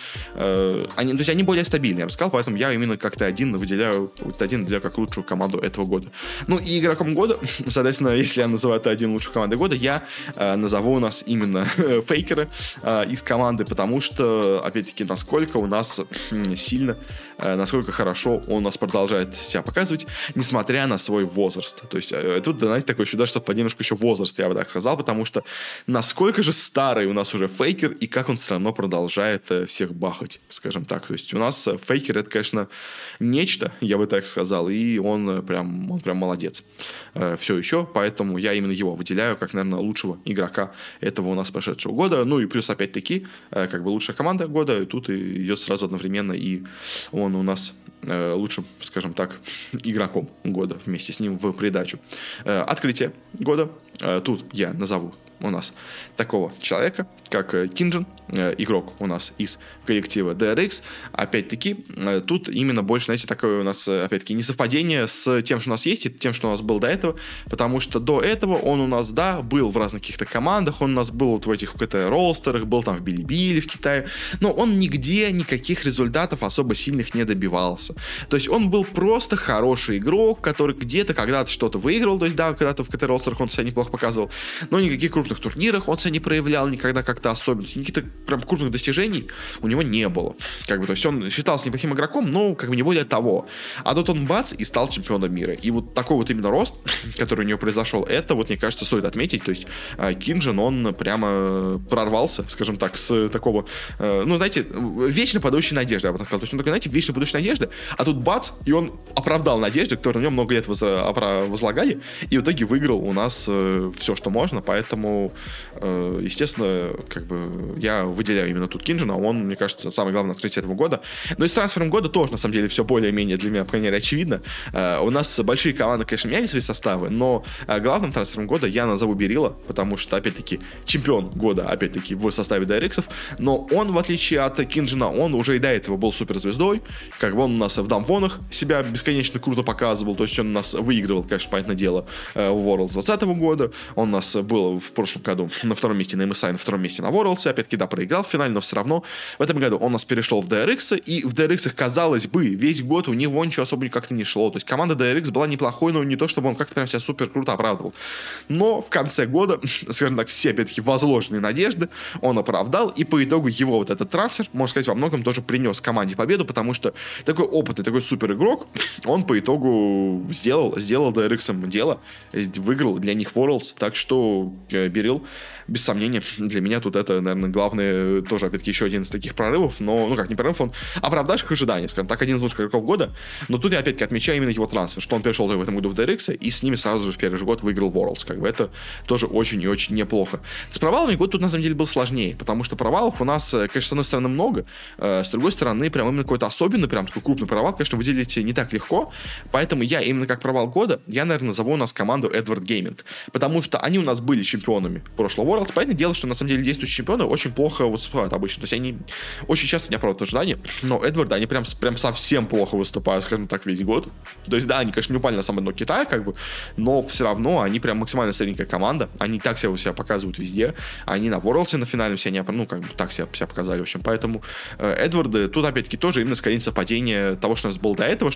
более стабильные, я бы сказал, поэтому я именно как Т1 выделяю как лучшую команду этого года. Ну, и игроком года, соответственно, если я называю Т1 лучшей командой года, я назову у нас именно Фейкера из команды, потому что, опять-таки, насколько у нас сильно, насколько хорошо он у нас продолжает себя показывать, несмотря на свой возраст. То есть тут, знаете, такое еще даже совпаденушка еще возраст, я бы так сказал, потому что насколько же старый у нас уже Фейкер и как он все равно продолжает всех бахать, скажем так. То есть у нас Фейкер это, конечно, нечто, я бы так сказал, и он прям молодец. Все еще, поэтому я именно его выделяю как, наверное, лучшего игрока этого у нас прошедшего года. Ну и плюс, опять-таки, как бы лучшая команда года, и тут идет сразу одновременно и он у нас лучшим, скажем так, игроком года вместе с ним в придачу. Открытие года. Тут я назову у нас такого человека, как Кинжин, игрок у нас из коллектива DRX. Опять-таки, тут именно больше, знаете, такое у нас, опять-таки, несовпадение с тем, что у нас есть, и тем, что у нас был до этого, потому что до этого он у нас, да, был в разных каких-то командах, он у нас был вот в этих ролстерах, был там в Билибили в Китае, но он нигде никаких результатов особо сильных не добивался. То есть он был просто хороший игрок, который где-то когда-то что-то выиграл, то есть, да, когда-то в КТ ролстерах он себя неплохо показывал, но никаких крупных турнирах он себя не проявлял никогда как-то особенно. Никаких прям крупных достижений у него не было. Как бы, то есть он считался неплохим игроком, но как бы не более того. А тут он бац и стал чемпионом мира. И вот такой вот именно рост, который у него произошел, это вот, мне кажется, стоит отметить. То есть Кинжин, он прямо прорвался, скажем так, с такого, ну, знаете, вечно подающей надежды, я бы так сказал. То есть он такой, знаете, вечно подающей надежды, а тут бац, и он оправдал надежды, которые на нем много лет возлагали, и в итоге выиграл у нас все, что можно, поэтому, естественно, как бы я выделяю именно тут Кинжина, он, мне кажется, самое главное открытие этого года. Но и с трансфером года тоже, на самом деле, все более-менее для меня, по крайней мере, очевидно. У нас большие команды, конечно, меняли свои составы, но главным трансфером года я назову Берила, потому что, опять-таки, чемпион года, опять-таки, в составе DRX, но он, в отличие от Кинжина, он уже и до этого был суперзвездой, как бы он у нас в Дамвонах себя бесконечно круто показывал, то есть он у нас выигрывал, конечно, понятное дело, в Worlds 2020 года, он у нас был в прошлом году на втором месте на MSI, на втором месте на Worlds, опять-таки, да, проиграл в финале, но все равно в этом году он у нас перешел в DRX, и в DRX, казалось бы, весь год у него ничего особо как-то не шло, то есть команда DRX была неплохой, но не то, чтобы он как-то прям себя супер круто оправдывал. Но в конце года, скажем так, все, опять-таки, возложенные надежды он оправдал, и по итогу его вот этот трансфер, можно сказать, во многом тоже принес команде победу, потому что такой опытный, такой супер игрок, он по итогу сделал DRX дело, выиграл для них Worlds, так что Берил, без сомнения, для меня тут это, наверное, главное, тоже, опять-таки, еще один из таких прорывов, но, ну как, не прорыв, он оправдавших ожиданий, скажем так, один из лучших игроков года, но тут я, опять-таки, отмечаю именно его трансфер, что он перешел в этом году в DRX, и с ними сразу же в первый же год выиграл Worlds, как бы это тоже очень и очень неплохо. С провалами год тут, на самом деле, был сложнее, потому что провалов у нас, конечно, с одной стороны, много, с другой стороны, прям именно какой-то особенный, прям такой крупный провал, конечно, выделить не так легко, поэтому я именно как провал года, я, наверное, назову у нас команду Edward Gaming, потому что они у нас были чемпионами прошлого Worlds, понятное дело, что на самом деле действующие чемпионы очень плохо выступают обычно, то есть они очень часто не оправдывают ожидания, но Эдвард, они прям совсем плохо выступают, скажем так, весь год, то есть да, они, конечно, не упали на самое дно Китая, как бы, но все равно они прям максимально средненькая команда, они так себя показывают везде, они на Worlds на финале все не, ну, как бы так себя показали, в общем, поэтому Эдварды, тут опять-таки тоже именно скорее совпадение того, что у нас было до этого, что они были у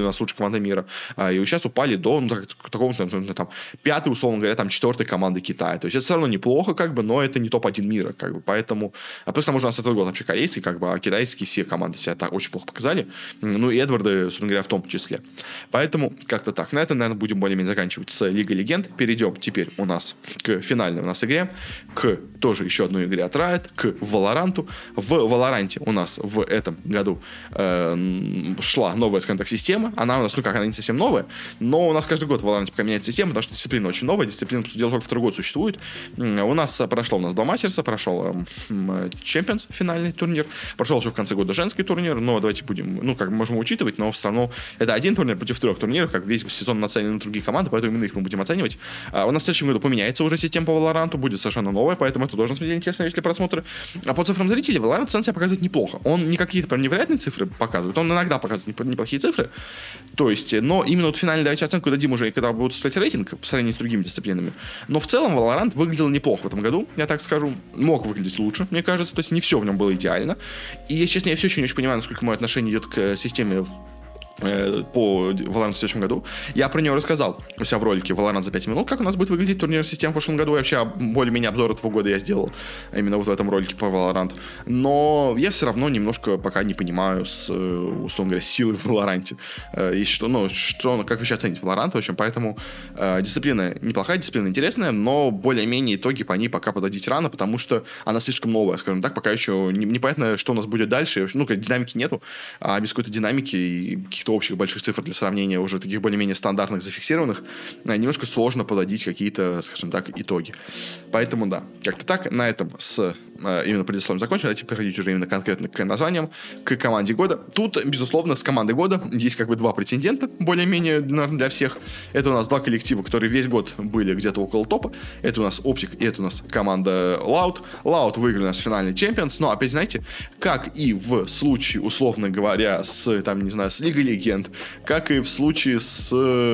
нас лучшая команда мира. И сейчас упали до такого там 5-й, условно говоря, там 4-й команды Китая. То есть это все равно неплохо, как бы, но это не топ-1 мира, как бы, поэтому... А плюс, у нас этот год вообще корейцы, как бы, а китайские все команды себя так очень плохо показали. Ну, и Эдварды, собственно говоря, в том числе. Поэтому как-то так. На этом, наверное, будем более-менее заканчивать с Лигой Легенд. Перейдем теперь у нас к финальной у нас игре, к тоже еще одной игре от Riot, к Валоранту. В Валоранте у нас в этом году шла новая, скажем так, система. Она у нас, ну как, она не совсем новая, но у нас каждый год в Валоранте пока меняется система, потому что дисциплина очень новая. Дисциплина, по сути дела, только второй год существует. У нас прошло два мастерса, прошел Champions финальный турнир, прошел еще в конце года женский турнир, но давайте будем, ну как можем учитывать, но все равно это один турнир против 3 турниров, как весь сезон нацелен на другие команды, поэтому именно их мы будем оценивать. У нас в следующем году поменяется уже система по Валоранту, будет совершенно новая, поэтому это тоже, на самом деле, интересная вещь для просмотра. А по цифрам зрителей Valorant сам себя показывает неплохо. Он не какие-то прям невероятные цифры показывает, он иногда показывает неплохие цифры. То есть, но именно вот финальную давайте оценку дадим уже, когда будут составлять рейтинг по сравнению с другими дисциплинами. Но в целом Valorant выглядел неплохо в этом году, я так скажу. Мог выглядеть лучше, мне кажется. То есть не все в нем было идеально. И, если честно, я все еще не очень понимаю, насколько мое отношение идет к системе по Valorant в следующем году. Я про нее рассказал у себя в ролике Valorant за 5 минут, как у нас будет выглядеть турнир систем в прошлом году. И вообще, более-менее обзор этого года я сделал именно вот в этом ролике по Valorant. Но я все равно немножко пока не понимаю, условно говоря, силы в Valorant. И что, как вообще оценить Valorant, в общем, поэтому дисциплина неплохая, дисциплина интересная, но более-менее итоги по ней пока подводить рано, потому что она слишком новая, скажем так, пока еще непонятно, что у нас будет дальше. Ну, динамики нету, а без какой-то динамики и каких-то общих больших цифр для сравнения, уже таких более-менее стандартных, зафиксированных, немножко сложно подводить какие-то, скажем так, итоги. Поэтому, да, как-то так. На этом именно предисловием закончим. Давайте переходить уже именно конкретно к названиям, к команде года. Тут, безусловно, с командой года есть как бы два претендента, более-менее для всех. Это у нас два коллектива, которые весь год были где-то около топа. Это у нас Optic и это у нас команда Loud. Loud выиграли у нас финальный Champions, но опять, знаете, как и в случае, условно говоря, с, там, не знаю, с Лигой Легенд, как и в случае с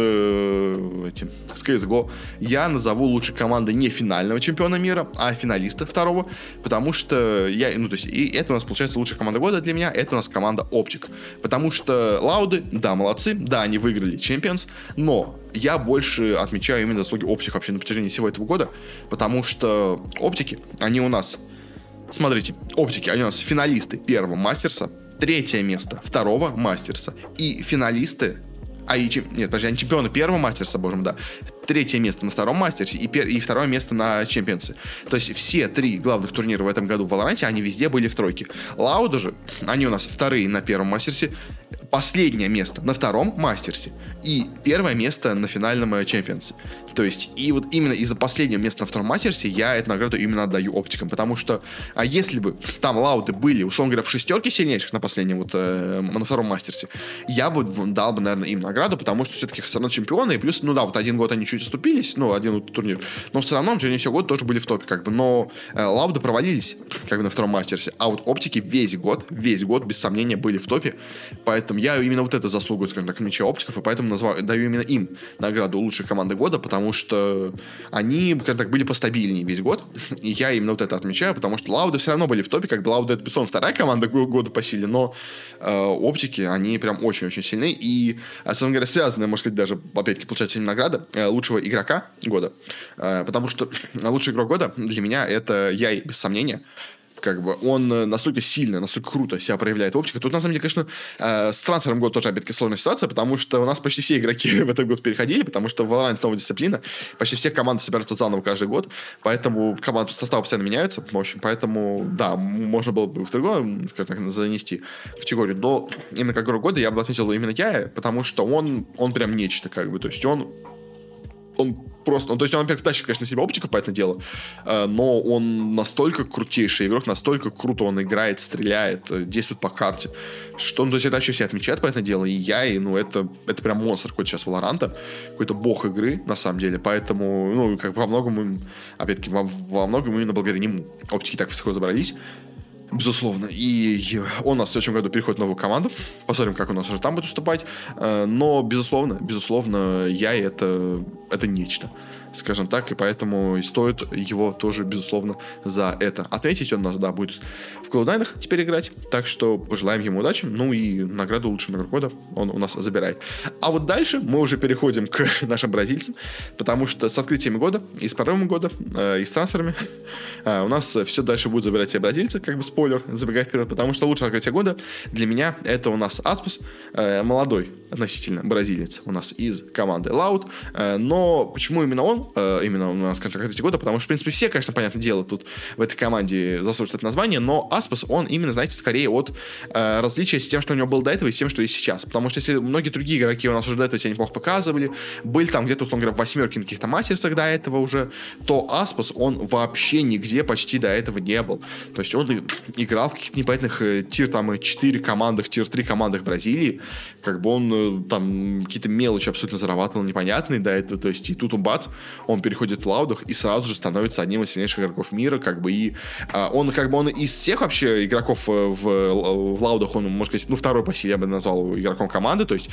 CSGO, я назову лучше команды не финального чемпиона мира, а финалиста второго, потому что и это у нас получается лучшая команда года для меня, это у нас команда Optic, потому что Лауды, да, молодцы, да, они выиграли Champions, но я больше отмечаю именно заслуги Optic вообще на протяжении всего этого года, потому что Оптики, они у нас, смотрите, Оптики, они у нас финалисты первого мастерса, 3 место второго мастерса и финалисты, они чемпионы первого мастерса, боже мой, да, 3 место на втором мастерсе и 2 место на чемпионсе. То есть все 3 главных турнира в этом году в Валоранте, они везде были в тройке. Лауда же, они у нас 2 на первом мастерсе, последнее место на втором мастерсе и 1 место на финальном чемпионсе. То есть, и вот именно из-за последнего места на втором мастерсе я эту награду именно отдаю Оптикам, потому что, если бы там Лауды были, условно говоря, в 6 сильнейших на последнем, на втором мастерсе, я бы дал бы, наверное, им награду, потому что все-таки все равно чемпионы, и плюс, один год они чуть оступились, один турнир, но все равно в течение всего года тоже были в топе, но Лауды провалились, на втором мастерсе, а вот Оптики весь год, без сомнения, были в топе, поэтому я именно вот это заслугу, скажем так, мяча Оптиков, и поэтому даю именно им награду лучшей команды года, потому что они, скажем так, были постабильнее весь год, и я именно вот это отмечаю, потому что Лауды все равно были в топе, Лауды это, безусловно, вторая команда года по силе, но Оптики, они прям очень-очень сильны, и, собственно говоря, связаны, можно сказать, даже, опять-таки, получается награда лучшего игрока года, потому что лучший игрок года для меня это Яй, без сомнения. Он настолько сильно, настолько круто себя проявляет Оптика. Тут, на самом деле, конечно, с трансфером года тоже, опять-таки, сложная ситуация, потому что у нас почти все игроки в этот год переходили, потому что в Valorant новая дисциплина, почти все команды собираются заново каждый год, поэтому команды составы постоянно меняются, в общем, поэтому, да, можно было бы в другое, скажем так, занести категорию, но именно как игрок года я бы отметил именно я, потому что он прям нечто, то есть он просто, то есть он, во-первых, тащит, конечно, на себя Оптиков, понятное дело, но он настолько крутейший игрок, настолько круто он играет, стреляет, действует по карте, что, то есть это вообще все отмечают, понятное дело, и я, это прям монстр какой-то сейчас Валоранта, какой-то бог игры, на самом деле, поэтому, во многом, опять-таки, во многом именно благодаря нему Оптики так высоко забрались, безусловно. И он у нас в следующем году переходит в новую команду. Посмотрим, как у нас уже там будет уступать. Но, безусловно, я это это нечто, скажем так, и поэтому и стоит его тоже, безусловно, за это отметить. Он у нас, да, будет в Cloud9 теперь играть, так что пожелаем ему удачи, ну и награду лучшего игрока года он у нас забирает. А вот дальше мы уже переходим к нашим бразильцам, потому что с открытиями года и с прорывом года, и с трансферами у нас все дальше будут забирать все бразильцы, как бы спойлер, забегая вперед, потому что лучшее открытие года для меня это у нас Аспас, молодой относительно бразилец у нас из команды Loud, но почему именно он, именно у нас открытие года, потому что, в принципе, все, конечно, понятное дело, тут в этой команде заслуживают это название, но Аспас, он именно, знаете, скорее от различия с тем, что у него было до этого и с тем, что есть сейчас, потому что если многие другие игроки у нас уже до этого себя неплохо показывали, были там где-то, условно говоря, в восьмерке на каких-то мастерсах до этого уже, то Аспас, он вообще нигде почти до этого не был. То есть он играл в каких-то непонятных тир 4 командах, тир 3 командах Бразилии, как бы он там какие-то мелочи абсолютно зарабатывал непонятные до этого, то есть и тут он бац, он переходит в Лаудах и сразу же становится одним из сильнейших игроков мира, как бы, и он из всех вообще игроков в Лаудах, он, можно сказать, второй по силе, я бы назвал игроком команды, то есть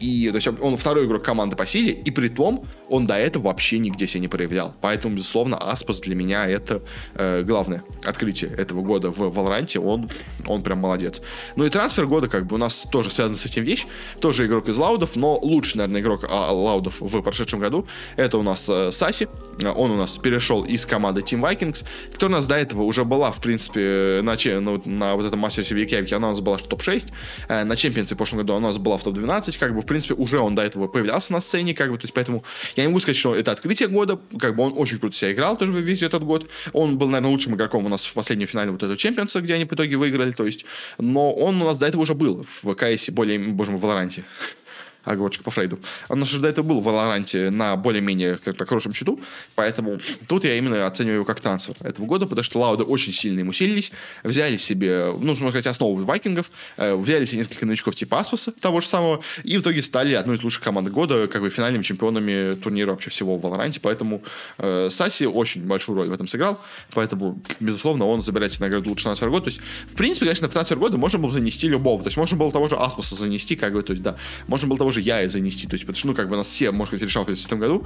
он второй игрок команды по силе, и при том он до этого вообще нигде себя не проявлял, поэтому, безусловно, Аспас для меня это главное открытие этого года в Valorant, он прям молодец. Ну и трансфер года, как бы, у нас тоже связан с этим вещь, тоже игрок из Лаудов, но лучший, наверное, игрок Лаудов в прошедшем году, это у нас Саси, он у нас перешел из команды Team Vikings, которая у нас до этого уже была, в принципе, на вот этом мастерсе в Reykjavik, она у нас была в топ-6, на чемпионсе в прошлом году она у нас была в топ-12, как бы, в принципе, уже он до этого появлялся на сцене, как бы, то есть, поэтому я не могу сказать, что это открытие года, как бы, он очень круто себя играл тоже весь этот год, он был, наверное, лучшим игроком у нас в последнем финале вот этого чемпионса, где они в итоге выиграли, то есть, но он у нас до этого уже был в КСе, в Валоранте. Оговорочка по Фрейду. Он у нас уже до этого был в Валоранте на более-менее как-то хорошем счету, поэтому тут я именно оцениваю его как трансфер этого года, потому что Лауды очень сильно им усилились, взяли себе, можно сказать, основу Вайкингов, взяли себе несколько новичков типа Аспаса, того же самого, и в итоге стали одной из лучших команд года, как бы финальными чемпионами турнира вообще всего в Валоранте, поэтому Саси очень большую роль в этом сыграл, поэтому, безусловно, он забирает себе награду лучший трансфер года. То есть, в принципе, конечно, в трансфер года можно было занести любого, то есть можно было того же Аспаса занести, как бы, то есть, да, можно было того же Яя занести, то есть, потому что, как бы, нас все, можно сказать, решал в этом году,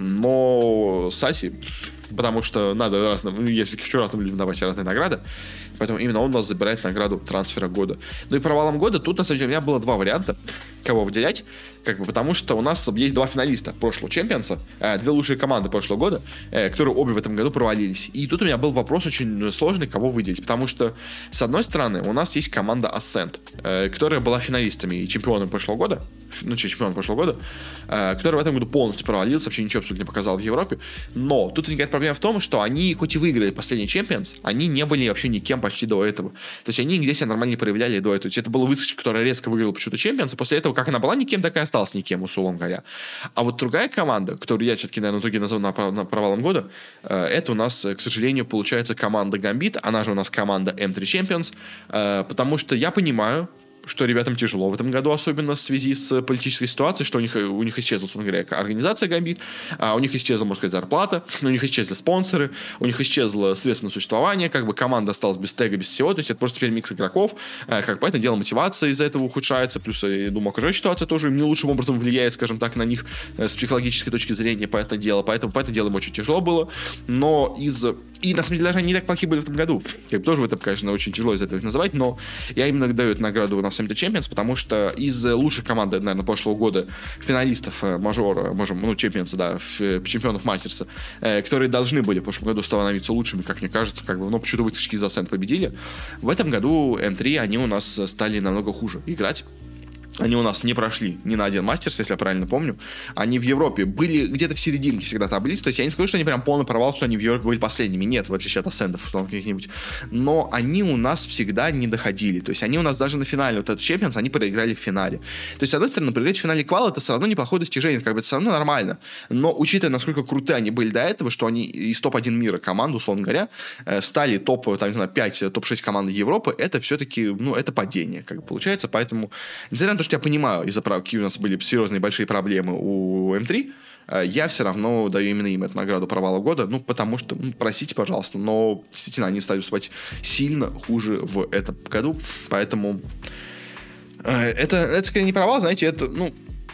но Саси, потому что надо разным, если хочу разным людям давать разные награды, поэтому именно он у нас забирает награду трансфера года. Ну и провалом года тут, на самом деле, у меня было два варианта, кого выделять, как бы, потому что у нас есть два финалиста прошлого чемпионса, две лучшие команды прошлого года, которые обе в этом году провалились. И тут у меня был вопрос очень сложный, кого выделить, потому что, с одной стороны, у нас есть команда Ascent, которая была финалистами и чемпионом прошлого года, который в этом году полностью провалился, вообще ничего абсолютно не показал в Европе, но тут возникает проблема в том, что они, хоть и выиграли последний чемпионс, они не были вообще никем почти до этого. То есть они нигде себя нормально не проявляли до этого. То есть это была выскочка, которая резко выиграла почему-то чемпионс, и после этого, как она была никем, так и осталась никем, условно говоря. А вот другая команда, которую я все-таки, наверное, в итоге назвал провалом года, это у нас, к сожалению, получается команда Gambit, она же у нас команда M3 Champions, потому что я понимаю, что ребятам тяжело в этом году, особенно в связи с политической ситуацией, что у них исчезла, собственно говоря, организация Gambit, у них исчезла, можно сказать, зарплата, у них исчезли спонсоры, у них исчезло средство на существование, как бы команда осталась без тега, без всего, то есть это просто теперь микс игроков, как понятное дело, мотивация из-за этого ухудшается, плюс, я думаю, окружающая ситуация тоже не лучшим образом влияет, скажем так, на них с психологической точки зрения, поэтому по это дело им очень тяжело было, но и на самом деле даже они не так плохи были в этом году, как бы тоже в этом, конечно, очень тяжело из этого их называть, но я именно даю эту награду на Summit Champions, потому что из лучших команд, наверное, прошлого года, финалистов мажора, чемпионса, да, чемпионов мастерса, которые должны были в прошлом году становиться лучшими, как мне кажется, как бы, но почему-то выскочки из Ascent победили. В этом году M3, они у нас стали намного хуже играть. Они у нас не прошли ни на один мастерс, если я правильно помню. Они в Европе были где-то в серединке всегда таблицы. То есть я не скажу, что они прям полный провал, что они в Европе были последними. Нет, в отличие от Ascendов каких-нибудь. Но они у нас всегда не доходили. То есть они у нас даже на финале, вот этот чемпионс, они проиграли в финале. То есть, с одной стороны, проиграть в финале квала, это все равно неплохое достижение. Как бы это все равно нормально. Но учитывая, насколько крутые они были до этого, что они из топ-1 мира команды, условно говоря, стали топ-5, топ-6 команды Европы, это все-таки, это падение, как бы получается. Поэтому, несмотря на то, что я понимаю, из-за какие у нас были серьезные большие проблемы у М3, я все равно даю именно им эту награду провала года, потому что, простите, пожалуйста, но действительно они стали выступать сильно хуже в этом году, поэтому это скорее не провал, знаете, это,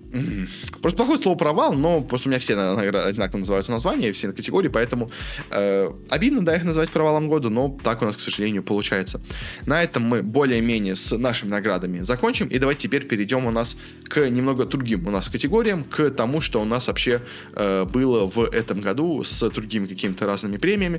Просто плохое слово провал, но просто у меня все одинаково называются названия, все категории, поэтому обидно, да, их называть провалом года, но так у нас, к сожалению, получается. На этом мы более-менее с нашими наградами закончим, и давайте теперь перейдем у нас к немного другим у нас категориям, к тому, что у нас вообще было в этом году с другими какими-то разными премиями,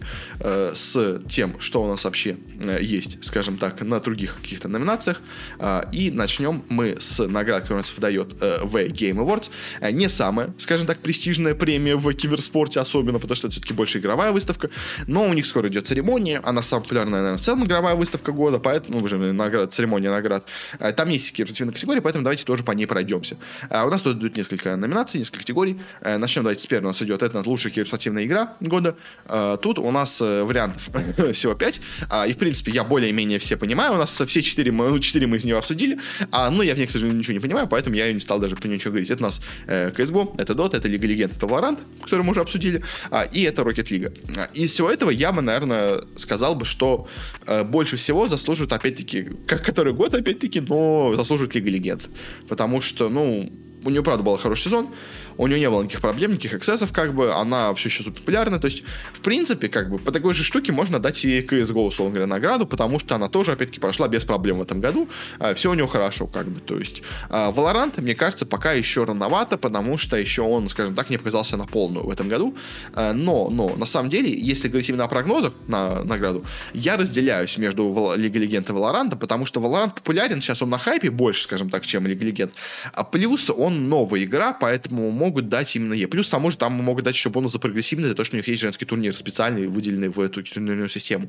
с тем, что у нас вообще есть, скажем так, на других каких-то номинациях, и начнем мы с наград, которые у нас выдает Game Awards. Не самая, скажем так, престижная премия в киберспорте, особенно, потому что это все-таки больше игровая выставка, но у них скоро идет церемония, она самая популярная, наверное, в целом игровая выставка года, поэтому, уже церемония наград. Там есть киберспортивные категории, поэтому давайте тоже по ней пройдемся. У нас тут идут несколько номинаций, несколько категорий. Начнем, давайте, с первой у нас идет, это лучшая киберспортивная игра года. Тут у нас вариантов всего 5, и, в принципе, я более-менее все понимаю, у нас все 4 мы из нее обсудили, но я в ней, к сожалению, ничего не понимаю, поэтому я ее не стал даже про ничего говорить. Это у нас CSGO, это Dota, это Лига Легенд, это Valorant, который мы уже обсудили, и это Rocket League. Из всего этого я бы, наверное, сказал бы, что больше всего заслуживает, опять-таки, как который год, опять-таки, но заслуживает Лига Легенд. Потому что, у нее, правда, был хороший сезон, у нее не было никаких проблем, никаких эксцессов, она все еще супер популярна, то есть, в принципе, по такой же штуке можно дать и CSGO, условно говоря, награду, потому что она тоже, опять-таки, прошла без проблем в этом году, все у нее хорошо, то есть, Valorant, мне кажется, пока еще рановато, потому что еще он, скажем так, не показался на полную в этом году, но, на самом деле, если говорить именно о прогнозах на награду, я разделяюсь между Лигой Легенд и Valorant, потому что Valorant популярен, сейчас он на хайпе больше, скажем так, чем Лига Легенд, плюс он новая игра, поэтому могут дать именно ей. Плюс, к тому же, там могут дать еще бонус за прогрессивность, за то, что у них есть женский турнир специальный, выделенный в эту турнирную систему.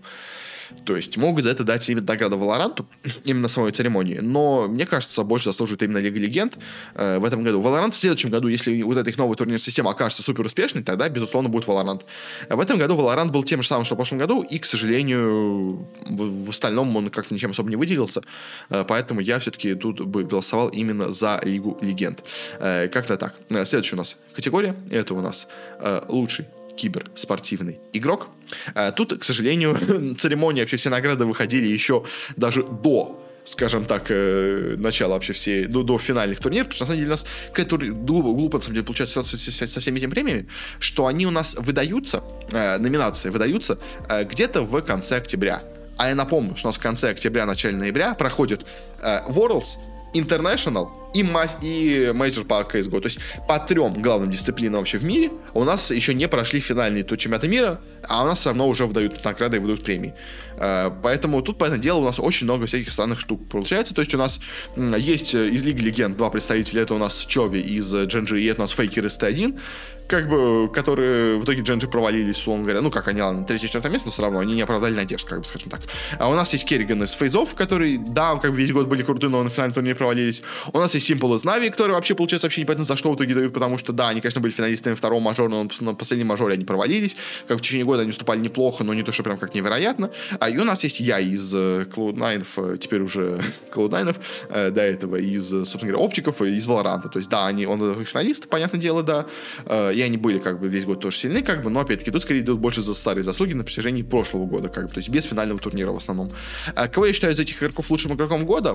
То есть могут за это дать именно награду Valorant, именно самой церемонии. Но, мне кажется, больше заслуживает именно Лига Легенд в этом году. Valorant в следующем году, если вот эта их новая турнирная система окажется супер успешной, тогда, безусловно, будет Valorant. В этом году Valorant был тем же самым, что в прошлом году, и, к сожалению, в остальном он как-то ничем особо не выделился. Поэтому я все-таки тут бы голосовал именно за Лигу Легенд. Как-то так. Следующая у нас категория. Это у нас лучший киберспортивный игрок. Тут, к сожалению, церемонии, вообще все награды выходили еще даже до, скажем так, начала вообще всей, до финальных турниров, потому что, на самом деле, у нас какая-то глупо, на самом деле, получается ситуация со всеми этими премиями, что они у нас выдаются, номинации выдаются где-то в конце октября. А я напомню, что у нас в конце октября, начале ноября проходит Worlds, International и Major по CSGO. То есть по 3 главным дисциплинам вообще в мире у нас еще не прошли финальные чемпионаты мира, а у нас все равно уже выдают награды и выдают премии. Поэтому тут, по этому делу, у нас очень много всяких странных штук получается. То есть у нас есть из Лиги Легенд 2 представителя. Это у нас Чови из Gen.G, и это у нас Фейкер из T1. Которые в итоге Gen.G провалились, условно говоря. Как они, ладно, 3-4 место, но все равно они не оправдали надежд, скажем так. А у нас есть Керриган из Фейзов, которые, да, весь год были крутые, но на финальном турнире провалились. У нас есть Simple из Нави, которые вообще, получается, вообще непонятно за что в итоге дают, потому что, да, они, конечно, были финалистами второго мажора, но на последнем мажоре они провалились. В течение года они выступали неплохо, но не то, что прям как невероятно. И у нас есть я из Cloud9, теперь уже Cloud9, до этого из, собственно говоря, Оптиков, и из Valorant. То есть, да, он финалист, понятное дело, да. И они были весь год тоже сильны, но опять-таки тут скорее идут больше за старые заслуги на протяжении прошлого года, то есть без финального турнира в основном. Кого я считаю из этих игроков лучшим игроком года?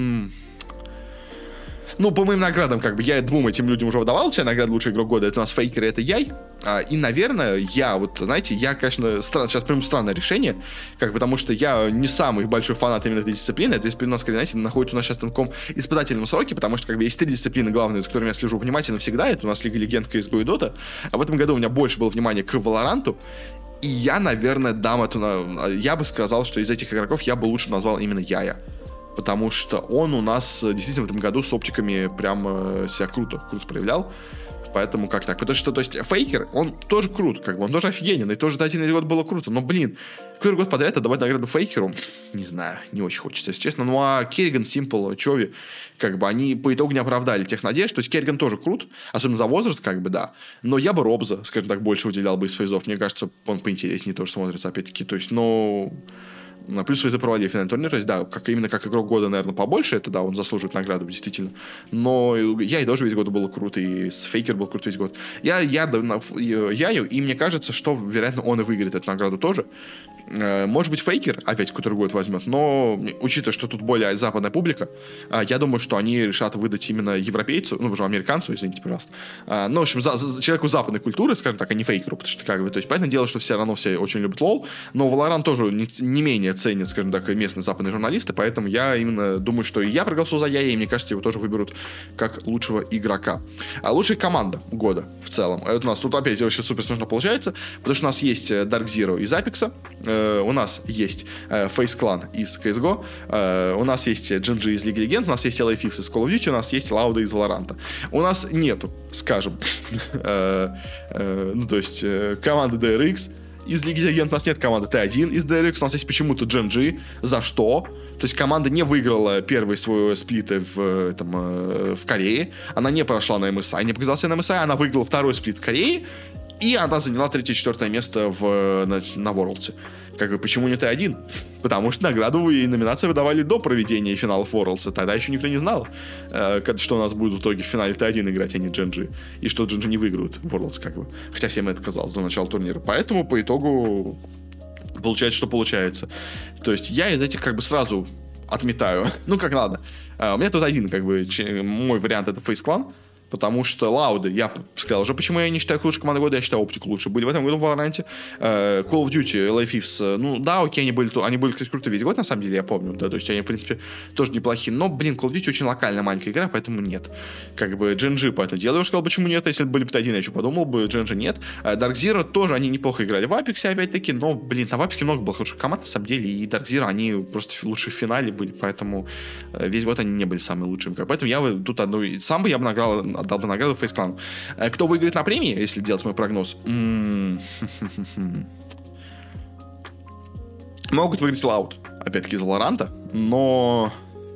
По моим наградам, я 2 этим людям уже выдавал себе награду лучший игрок года. Это у нас Фейкер и это Яй. И, наверное, я, конечно, сейчас приму странное решение, потому что я не самый большой фанат именно этой дисциплины. Эта дисциплина, скорее, находится у нас сейчас на таком испытательном сроке, потому что, есть 3 дисциплины главные, за которыми я слежу внимательно всегда. Это у нас Лига Легенд, CSGO и Dota. А в этом году у меня больше было внимания к Valorant. И я, наверное, я бы сказал, что из этих игроков я бы лучше назвал именно Яя. Потому что он у нас действительно в этом году с оптиками прям себя круто проявлял. Поэтому как так? Потому что, то есть, Фейкер, он тоже крут, он тоже офигенен, и тоже один год было круто. Но, который год подряд отдавать награду Фейкеру, не знаю, не очень хочется, если честно. А Керриган, Симпл, Чови, они по итогу не оправдали тех надежд. То есть, Керриган тоже крут, особенно за возраст, да. Но я бы Робза, скажем так, больше уделял бы из фейзов. Мне кажется, он поинтереснее тоже смотрится, опять-таки. То есть, плюс Фейзы провалили финальный турнир, то есть, да, именно как игрок года, наверное, побольше, это, да, он заслуживает награду, действительно. Но я и тоже весь год был крут, и Фейкер был крут весь год. Я и мне кажется, что, вероятно, он и выиграет эту награду тоже. Может быть, Фейкер опять который год возьмет, но учитывая, что тут более западная публика, я думаю, что они решат выдать именно европейцу, ну, уже американцу, извините, пожалуйста. Ну, в общем, человеку западной культуры, скажем так, а не Фейкеру, потому что, как бы, то есть, понятное дело, что все равно все очень любят лол, но Valorant тоже не менее ценят, скажем так, местные западные журналисты, поэтому я именно думаю, что я проголосую за Яе, и мне кажется, его тоже выберут как лучшего игрока. А лучшая команда года в целом. Это у нас тут опять вообще супер смешно получается, потому что у нас есть Dark Zero из Apex, у нас есть Face Clan из CSGO, у нас есть GNG из Лиги Легенд, у нас есть LA Fifth из Call of Duty, у нас есть Lauda из Valorant. У нас нету, скажем, ну, то есть, команды DRX из Лиги Легенд, у нас нет команды T1 из DRX, у нас есть почему-то GNG. За что? То есть команда не выиграла первый свой сплит в Корее, она не прошла на MSI, не показала себя на MSI, она выиграла второй сплит в Корее, и она заняла 3-4 место на Worlds. Как бы, почему не Т1? Потому что награду и номинации выдавали до проведения финалов Worlds. Тогда еще никто не знал, что у нас будет в итоге в финале Т1 играть, а не GNG. И что GNG не выиграют Worlds, как бы. Хотя всем это казалось до начала турнира. Поэтому по итогу получается, что получается. То есть я из этих как бы сразу отметаю. Ну, как надо. У меня тут один, как бы, мой вариант — это Face Clan. Потому что Лауды, я сказал уже, почему я не считаю их лучшей командой года, я считаю Оптику лучше. Были в этом году в Valorant. Call of Duty, LA Fifth, ну да, окей, они были, кстати, круто весь год, на самом деле, я помню, да, то есть они, в принципе, тоже неплохие, но, блин, Call of Duty очень локальная маленькая игра, поэтому нет. Как бы GNG по этому делу, я сказал, почему нет, если бы были бы Т1, я еще подумал бы, GNG нет. Dark Zero тоже, они неплохо играли в Apex, опять-таки, но, блин, там в Apex много было хороших команд, на самом деле, и Dark Zero, они просто лучше в финале были, поэтому весь год они не были самыми лучшими. Поэтому я тут сам бы я бы отдал бы награду Face Clan. Кто выиграет на премии, если делать мой прогноз? Могут выиграть Loud, опять-таки из Valorant, но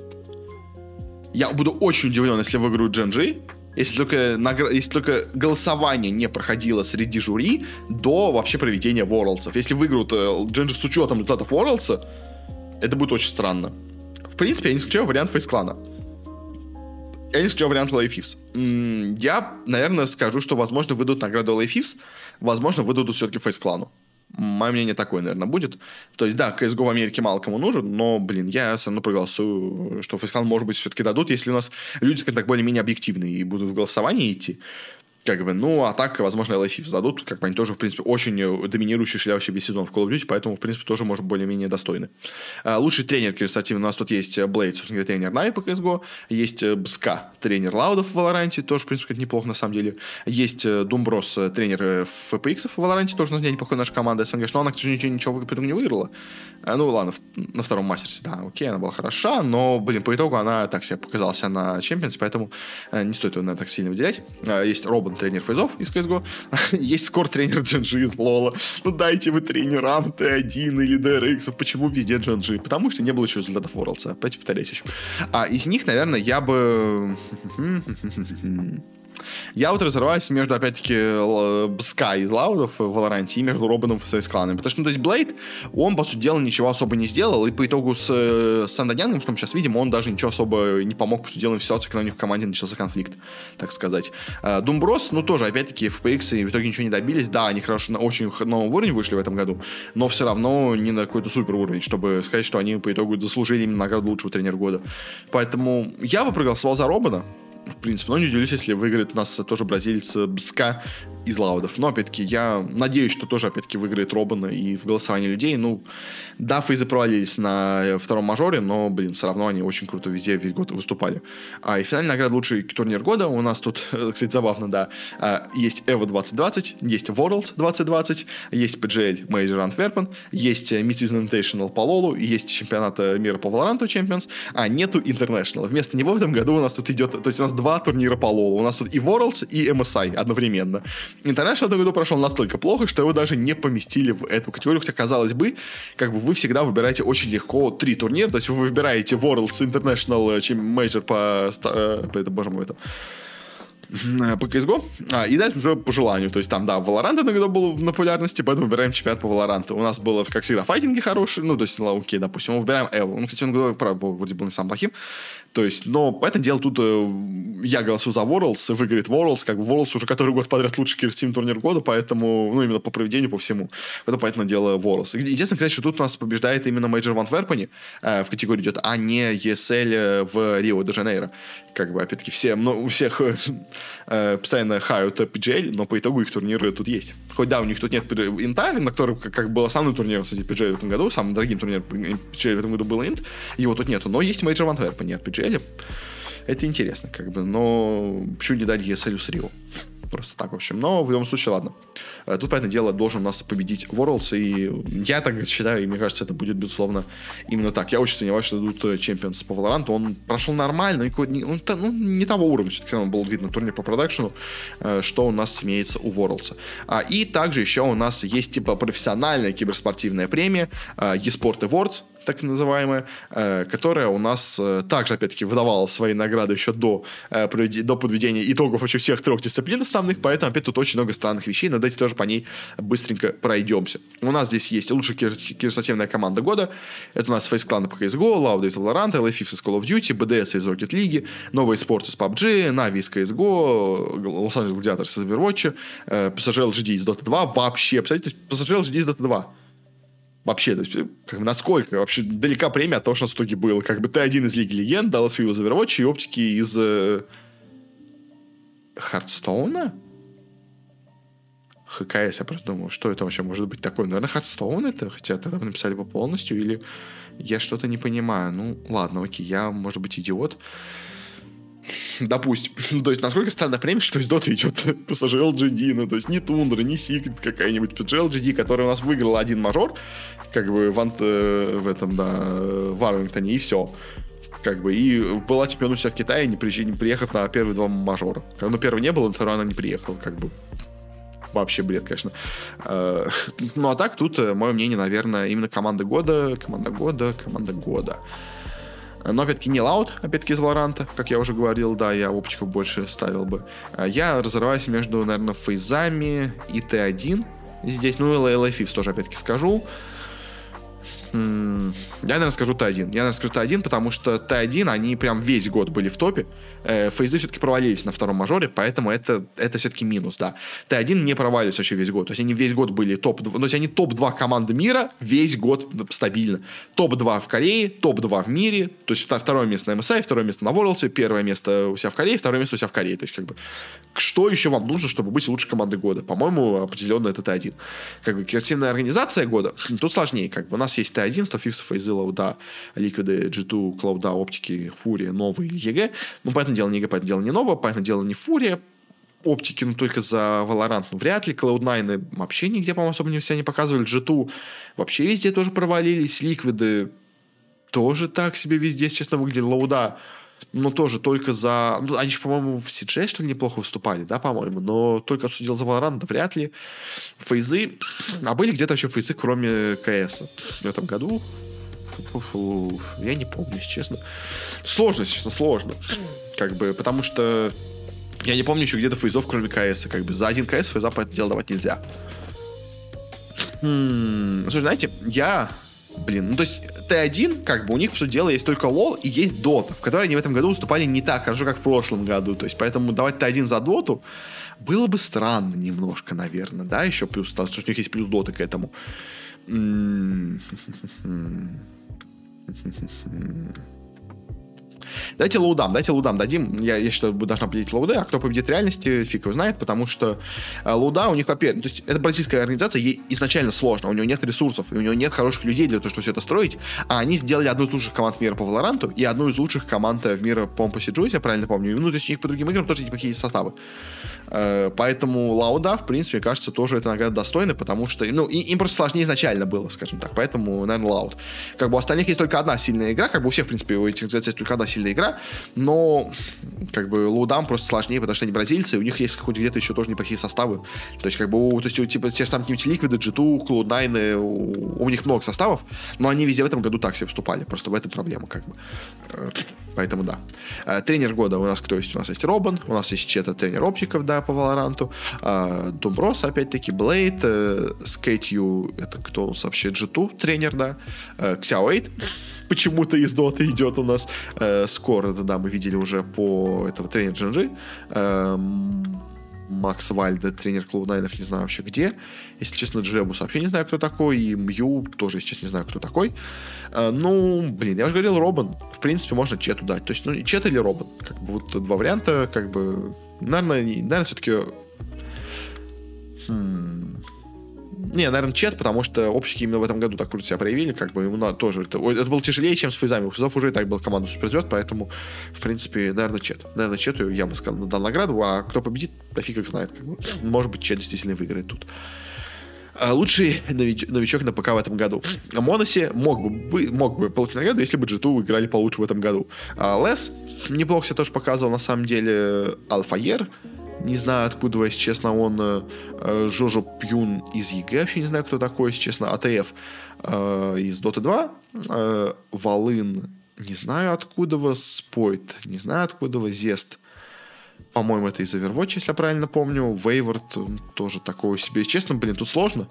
я буду очень удивлен, если выиграют GNG, если только голосование не проходило среди жюри до вообще проведения Worlds. Если выиграют GNG с учетом результатов Worlds, это будет очень странно. В принципе, я не исключаю вариант Face Clan. Я не исключаю вариант LA Fifth. Я, наверное, скажу, что, возможно, выдадут награду LA Fifth, возможно, выдадут все-таки Face Clan. Мое мнение такое, наверное, будет. То есть, да, CSGO в Америке мало кому нужен, но, блин, я все равно проголосую, что Face Clan, может быть, все-таки дадут, если у нас люди, скажем так, более-менее объективные и будут в голосовании идти. Как бы, ну, а так, возможно, LA Fifth сдадут, как бы они тоже, в принципе, очень доминирующие шли вообще весь сезон в Call of Duty, поэтому, в принципе, тоже, может, более-менее достойны. Лучший тренер киберспортивный у нас тут есть Блейд, собственно говоря, тренер Нави по CSGO, есть Бска, тренер Лаудов в Valorant, тоже, в принципе, неплохо, на самом деле. Есть Думброс, тренер FPX в Valorant, тоже, на самом деле, неплохая наша команда СНГ, но она, к сожалению, ничего по итогу не выиграла. Ну, ладно, на втором мастерсе, да, окей, она была хороша, но, блин, по итогу она так себе показалась на Champions, поэтому не стоит ее, наверное, так сильно выделять. Есть Робин, тренер Фейзов из CSGO, есть скор-тренер GNG из Лола. Ну дайте вы тренерам Т1 или DRX, почему везде GNG? Потому что не было еще результатов Worlds. Опять повторяюсь еще. А из них, наверное, я бы... Я вот разрываюсь между, опять-таки, Sky из Лаудов в Valorant и между Робином с Face Clan. Потому что, ну, то есть, Блейд, он, по сути дела, ничего особо не сделал, и по итогу с Санданянгом, что мы сейчас видим, он даже ничего особо не помог, по сути дела, в ситуации, когда у них в команде начался конфликт, так сказать. Думброс, ну, тоже, опять-таки, FPX, и в итоге ничего не добились. Да, они хорошо, на очень новый уровень вышли в этом году, но все равно не на какой-то супер уровень, чтобы сказать, что они по итогу заслужили именно награду лучшего тренера года. Поэтому я бы проголосовал за Робина. В принципе, но не удивлюсь, если выиграет у нас тоже бразилец Бска из Лаудов. Но, опять-таки, я надеюсь, что тоже, опять-таки, выиграет Робина и в голосовании людей. Ну, да, Фейзы провалились на втором мажоре, но, блин, все равно они очень круто везде весь год выступали. И финальная награда «Лучший турнир года» у нас тут, кстати, забавно, да, есть EVO 2020, есть Worlds 2020, есть PGL Major Antwerpen, есть Mid-Season Invitational по Лолу, есть чемпионат мира по Valorant Champions, а нету International. Вместо него в этом году у нас тут идет, то есть у нас два турнира по Лолу. У нас тут и Worlds, и MSI одновременно. International в этом году прошел настолько плохо, что его даже не поместили в эту категорию, хотя, казалось бы, как бы вы всегда выбираете очень легко 3 турнира, то есть вы выбираете Worlds, International, Major по боже мой, это по CSGO, и дальше уже по желанию. То есть там, да, Valorant иногда был в популярности, поэтому выбираем чемпионат по Valorant. У нас было, как всегда, файтинги хорошие, ну, то есть, окей, допустим, мы выбираем EVO. Ну, кстати, он правда, вроде был не самым плохим. То есть, но, понятное дело, тут я голосую за Worlds, выиграет Worlds, как бы Worlds уже который год подряд лучший киберспортивный турнир года, поэтому, ну, именно по проведению, по всему. Это, понятное дело, Worlds. Единственное, кстати, что тут у нас побеждает именно Major в Антверпене, в категории идет, а не ESL в Рио-де-Жанейро. Как бы, опять-таки, у всех постоянно хают PGL, но по итогу их турниры тут есть. Хоть, да, у них тут нет инта, на котором, как был основной турнир, кстати, PGL в этом году, самым дорогим турниром PGL в этом году был инт, его тут нету, но есть Major в Антверпене от PGL. Это интересно, как бы, но почему не дать ESL с Рио? Просто так, в общем. Но в любом случае, ладно. Тут, понятное дело, должен у нас победить Worlds, и я так считаю, и мне кажется, это будет, безусловно, именно так. Я очень сомневаюсь, что дадут Champions по Valorant. Он прошел нормально, но не того уровня, все-таки он был видно турнир по продакшену, что у нас имеется у Worlds. И также еще у нас есть типа профессиональная киберспортивная премия eSport Awards, так называемая, которая у нас также, опять-таки, выдавала свои награды еще до подведения итогов вообще всех 3 дисциплин основных, поэтому, опять, тут очень много странных вещей, но давайте тоже по ней быстренько пройдемся. У нас здесь есть лучшая киберспортивная команда года, это у нас Face Clan по CSGO, Loud из Valorant, LA Fifth из Call of Duty, BDS из Rocket League, Новый Sports из PUBG, Na'Vi из CSGO, Los Angeles Gladiators из Overwatch, PSG LGD из Dota 2, вообще, представляете, PSG LGD из Dota 2. Вообще, то есть, как бы, насколько вообще далека премия от того, что у нас в итоге было. Как бы Т1 из Лиги Легенд, Dallas Fuel из Overwatch и оптики из Хардстоуна? ХКС, я просто думаю, что это вообще может быть такое. Наверное, Хардстоун это, хотя тогда вы написали бы полностью, или я что-то не понимаю. Ну, ладно, окей, я, может быть, идиот. Допустим. То есть, насколько странная премия, что из Доты идет PSG LGD, ну, то есть, ни Тундра, ни Secret какая-нибудь, PSG LGD, которая у нас выиграла один мажор, как бы, в этом, да, в Арвингтоне, и все. Как бы, и была чемпионом у себя в Китае, не приехав на первые 2 мажора. Ну, первый не было, на второй она не приехала, как бы. Вообще бред, конечно. Ну, а так, тут, мое мнение, наверное, именно команда года. Но, опять-таки, не Loud, опять-таки, из Valorant, как я уже говорил, да, я опчиков больше ставил бы. Я разрываюсь между, наверное, фейзами и Т1 здесь, ну, и LA Fifth тоже, опять-таки, скажу. Я, наверное, скажу Т1. Потому что Т1, они прям весь год были в топе. Фейзы все-таки провалились на втором мажоре, поэтому это все-таки минус, да. Т1 не провалились вообще весь год. То есть они весь год были топ-2. То есть они топ-2 команды мира весь год стабильно. Топ-2 в Корее, топ-2 в мире. То есть второе место на MSI, второе место на Worlds, первое место у себя в Корее, второе место у себя в Корее. То есть, как бы, что еще вам нужно, чтобы быть лучшей командой года? По-моему, определенно это Т1. Как бы, креативная организация года, тут сложнее. Как бы, у нас есть Т1, 100 Fifth, Фейзы, Лауда, Ликвиды, G2, Клауда, Оптики, Фурия, Новый, ЕГЭ. Ну, понятное дело, не ЕГЭ, понятное дело, не Новое, понятное дело, не Фурия. Оптики, ну, только за Valorant, ну, вряд ли. Cloud9 вообще нигде, по-моему, особо не себя не показывали. G2 вообще везде тоже провалились. Ликвиды тоже так себе везде, честно, выглядели. Лауда, но тоже только за... Ну, они же, по-моему, в CJ, что ли, неплохо выступали, да, по-моему, но только что делал за Valorant, да, вряд ли. Фейзы... А были где-то вообще фейзы, кроме КС в этом году? Я не помню, если честно. Сложно, честно, сложно. Как бы, потому что я не помню еще где-то фейзов, кроме КС. Как бы за один КС фейза, по этому делу, давать нельзя. Слушай, знаете, ну, то есть, Т1, как бы, у них, по сути дела, есть только LoL и есть Dota, в которой они в этом году выступали не так хорошо, как в прошлом году. То есть, поэтому давать Т1 за Доту было бы странно немножко, наверное, да, еще плюс, потому что у них есть плюс Доты к этому. Дайте лоудам дадим. Я считаю, должна победить лоуды, а кто победит в реальности, фиг его знает, потому что лоуда у них, во-первых, то есть это бразильская организация, ей изначально сложно, у нее нет ресурсов, и у нее нет хороших людей для того, чтобы все это строить, а они сделали одну из лучших команд мира по Valorant и одну из лучших команд в мира по CSGO, если я правильно помню. Ну, то есть у них по другим играм тоже неплохие составы. Поэтому Лауда, в принципе, кажется, тоже эта награда достойна, потому что, ну, им просто сложнее изначально было, скажем так, поэтому, наверное, Лауд. Как бы у остальных есть только одна сильная игра, как бы у всех, в принципе, у этих организаций есть только одна сильная игра, но, как бы, Лаудам просто сложнее, потому что они бразильцы, и у них есть хоть где-то еще тоже неплохие составы. То есть, как бы, типа, те же самые Liquid, G2, Cloud9, у них много составов, но они везде в этом году так себе вступали, просто в этом проблема, как бы. Поэтому да. Тренер года у нас кто есть? У нас есть Робан, у нас есть Чета, тренер оптиков, да, по Валоранту, Думброс, опять-таки, Блейд, Скейтью, это кто у нас вообще? G2, тренер, да, Xiao8, почему-то из Доты идет у нас. Скоро, да, мы видели уже по этого тренера GNG. Макс Вальда, тренер Cloud9, не знаю вообще где. Если честно, Джебус вообще не знаю, кто такой. И Мью тоже, если честно, не знаю, кто такой. Ну, блин, я уже говорил, Робин. В принципе, можно Чету дать. То есть, ну, Чет или Робин. Как бы вот два варианта, как бы... Наверное, все-таки... Не, наверное, Чет, потому что общики именно в этом году так круто себя проявили, как бы ему надо тоже... Это было тяжелее, чем с Фейзами. У Фейзов уже и так была команда суперзвезд, поэтому, в принципе, наверное, Чет. Наверное, Чету я бы сказал, дал награду, а кто победит, да фиг их знает. Как бы. Может быть, Чет действительно выиграет тут. Лучший новичок на ПК в этом году. Моноси мог бы получить награду, если бы G2 играли получше в этом году. Лес неплохо себя тоже показывал, на самом деле. Алфаер, не знаю, откуда, если честно, он. Жожо Пьюн из ЕГЭ, вообще не знаю, кто такой, если честно. АТФ из Dota 2. Волын, не знаю, откуда. Спойт, не знаю, откуда. Зест, по-моему, это из Overwatch, если я правильно помню. Вейвард тоже такой себе. Честно, блин, тут сложно.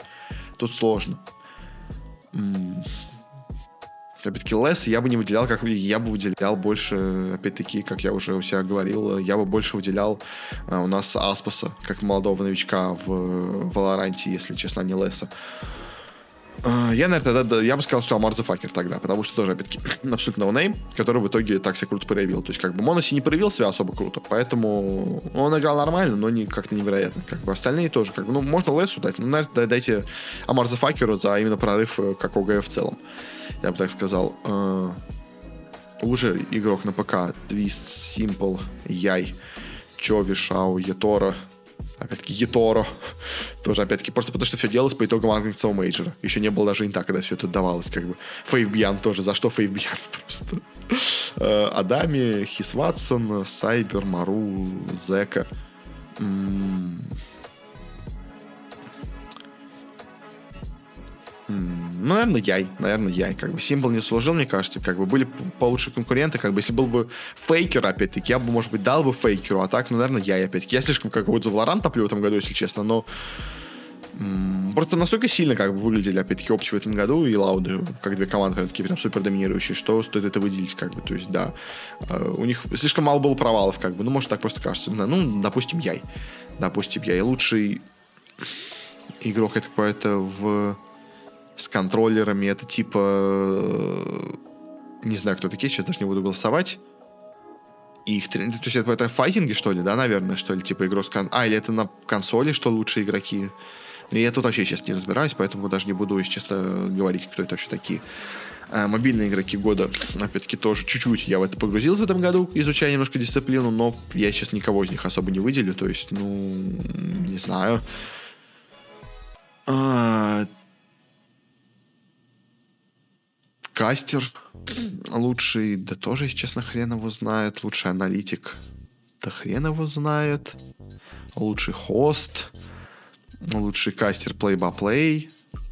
Опять-таки, Лес я бы не выделял, я бы выделял больше, опять-таки, как я уже у себя говорил, я бы больше выделял у нас Аспаса, как молодого новичка в Валоранте, если честно, не Леса. Я, наверное, тогда, я бы сказал, что Амар Факер тогда, потому что тоже, опять-таки, абсолютно ноунейм, который в итоге так себя круто проявил. То есть, как бы, Моноси не проявил себя особо круто, поэтому он играл нормально, но как-то невероятно. Как бы, остальные тоже, как бы, ну, можно Лесу дать, но, наверное, дайте Амар Факеру за именно прорыв как ОГ в целом. Я бы так сказал. Лучший игрок на ПК: Твист, Симпл, Яй, Чови, Шау, Еторо. Опять-таки, Еторо. Тоже, опять-таки, просто потому что все делалось по итогам английского мейджора. Еще не было даже инта, когда все это давалось, как бы. Фейвбьян тоже. За что Фейвбьян просто? Адами, Хис Ватсон, Сайбер, Мару, Зека. Ну, наверное, Яй. Как бы Симпл не служил, мне кажется. Как бы были получше конкуренты. Как бы если был бы Фейкер, опять-таки, я бы, может быть, дал бы Фейкеру. А так, ну, наверное, Яй, опять-таки. Я слишком как вот за Valorant топлю в этом году, если честно. Но просто настолько сильно как бы выглядели, опять-таки, Опчи в этом году и Лауды, как две команды, такие прям супер доминирующие, что стоит это выделить, как бы. То есть, да. У них слишком мало было провалов, как бы. Ну, может, так просто кажется. Ну, допустим, Яй. Лучший игрок, это какой-то с контроллерами, это типа... Не знаю, кто такие, сейчас даже не буду голосовать. Их то есть это файтинги, что ли, да, наверное, что ли, типа игрок или это на консоли, что лучшие игроки. Но я тут вообще сейчас не разбираюсь, поэтому даже не буду, если честно, говорить, кто это вообще такие. Мобильные игроки года, опять-таки, тоже чуть-чуть я в это погрузился в этом году, изучая немножко дисциплину, но я сейчас никого из них особо не выделю, то есть, ну, не знаю. Кастер лучший, да тоже, если честно, хрен его знает. Лучший аналитик, да хрен его знает. Лучший хост, лучший кастер play-by-play,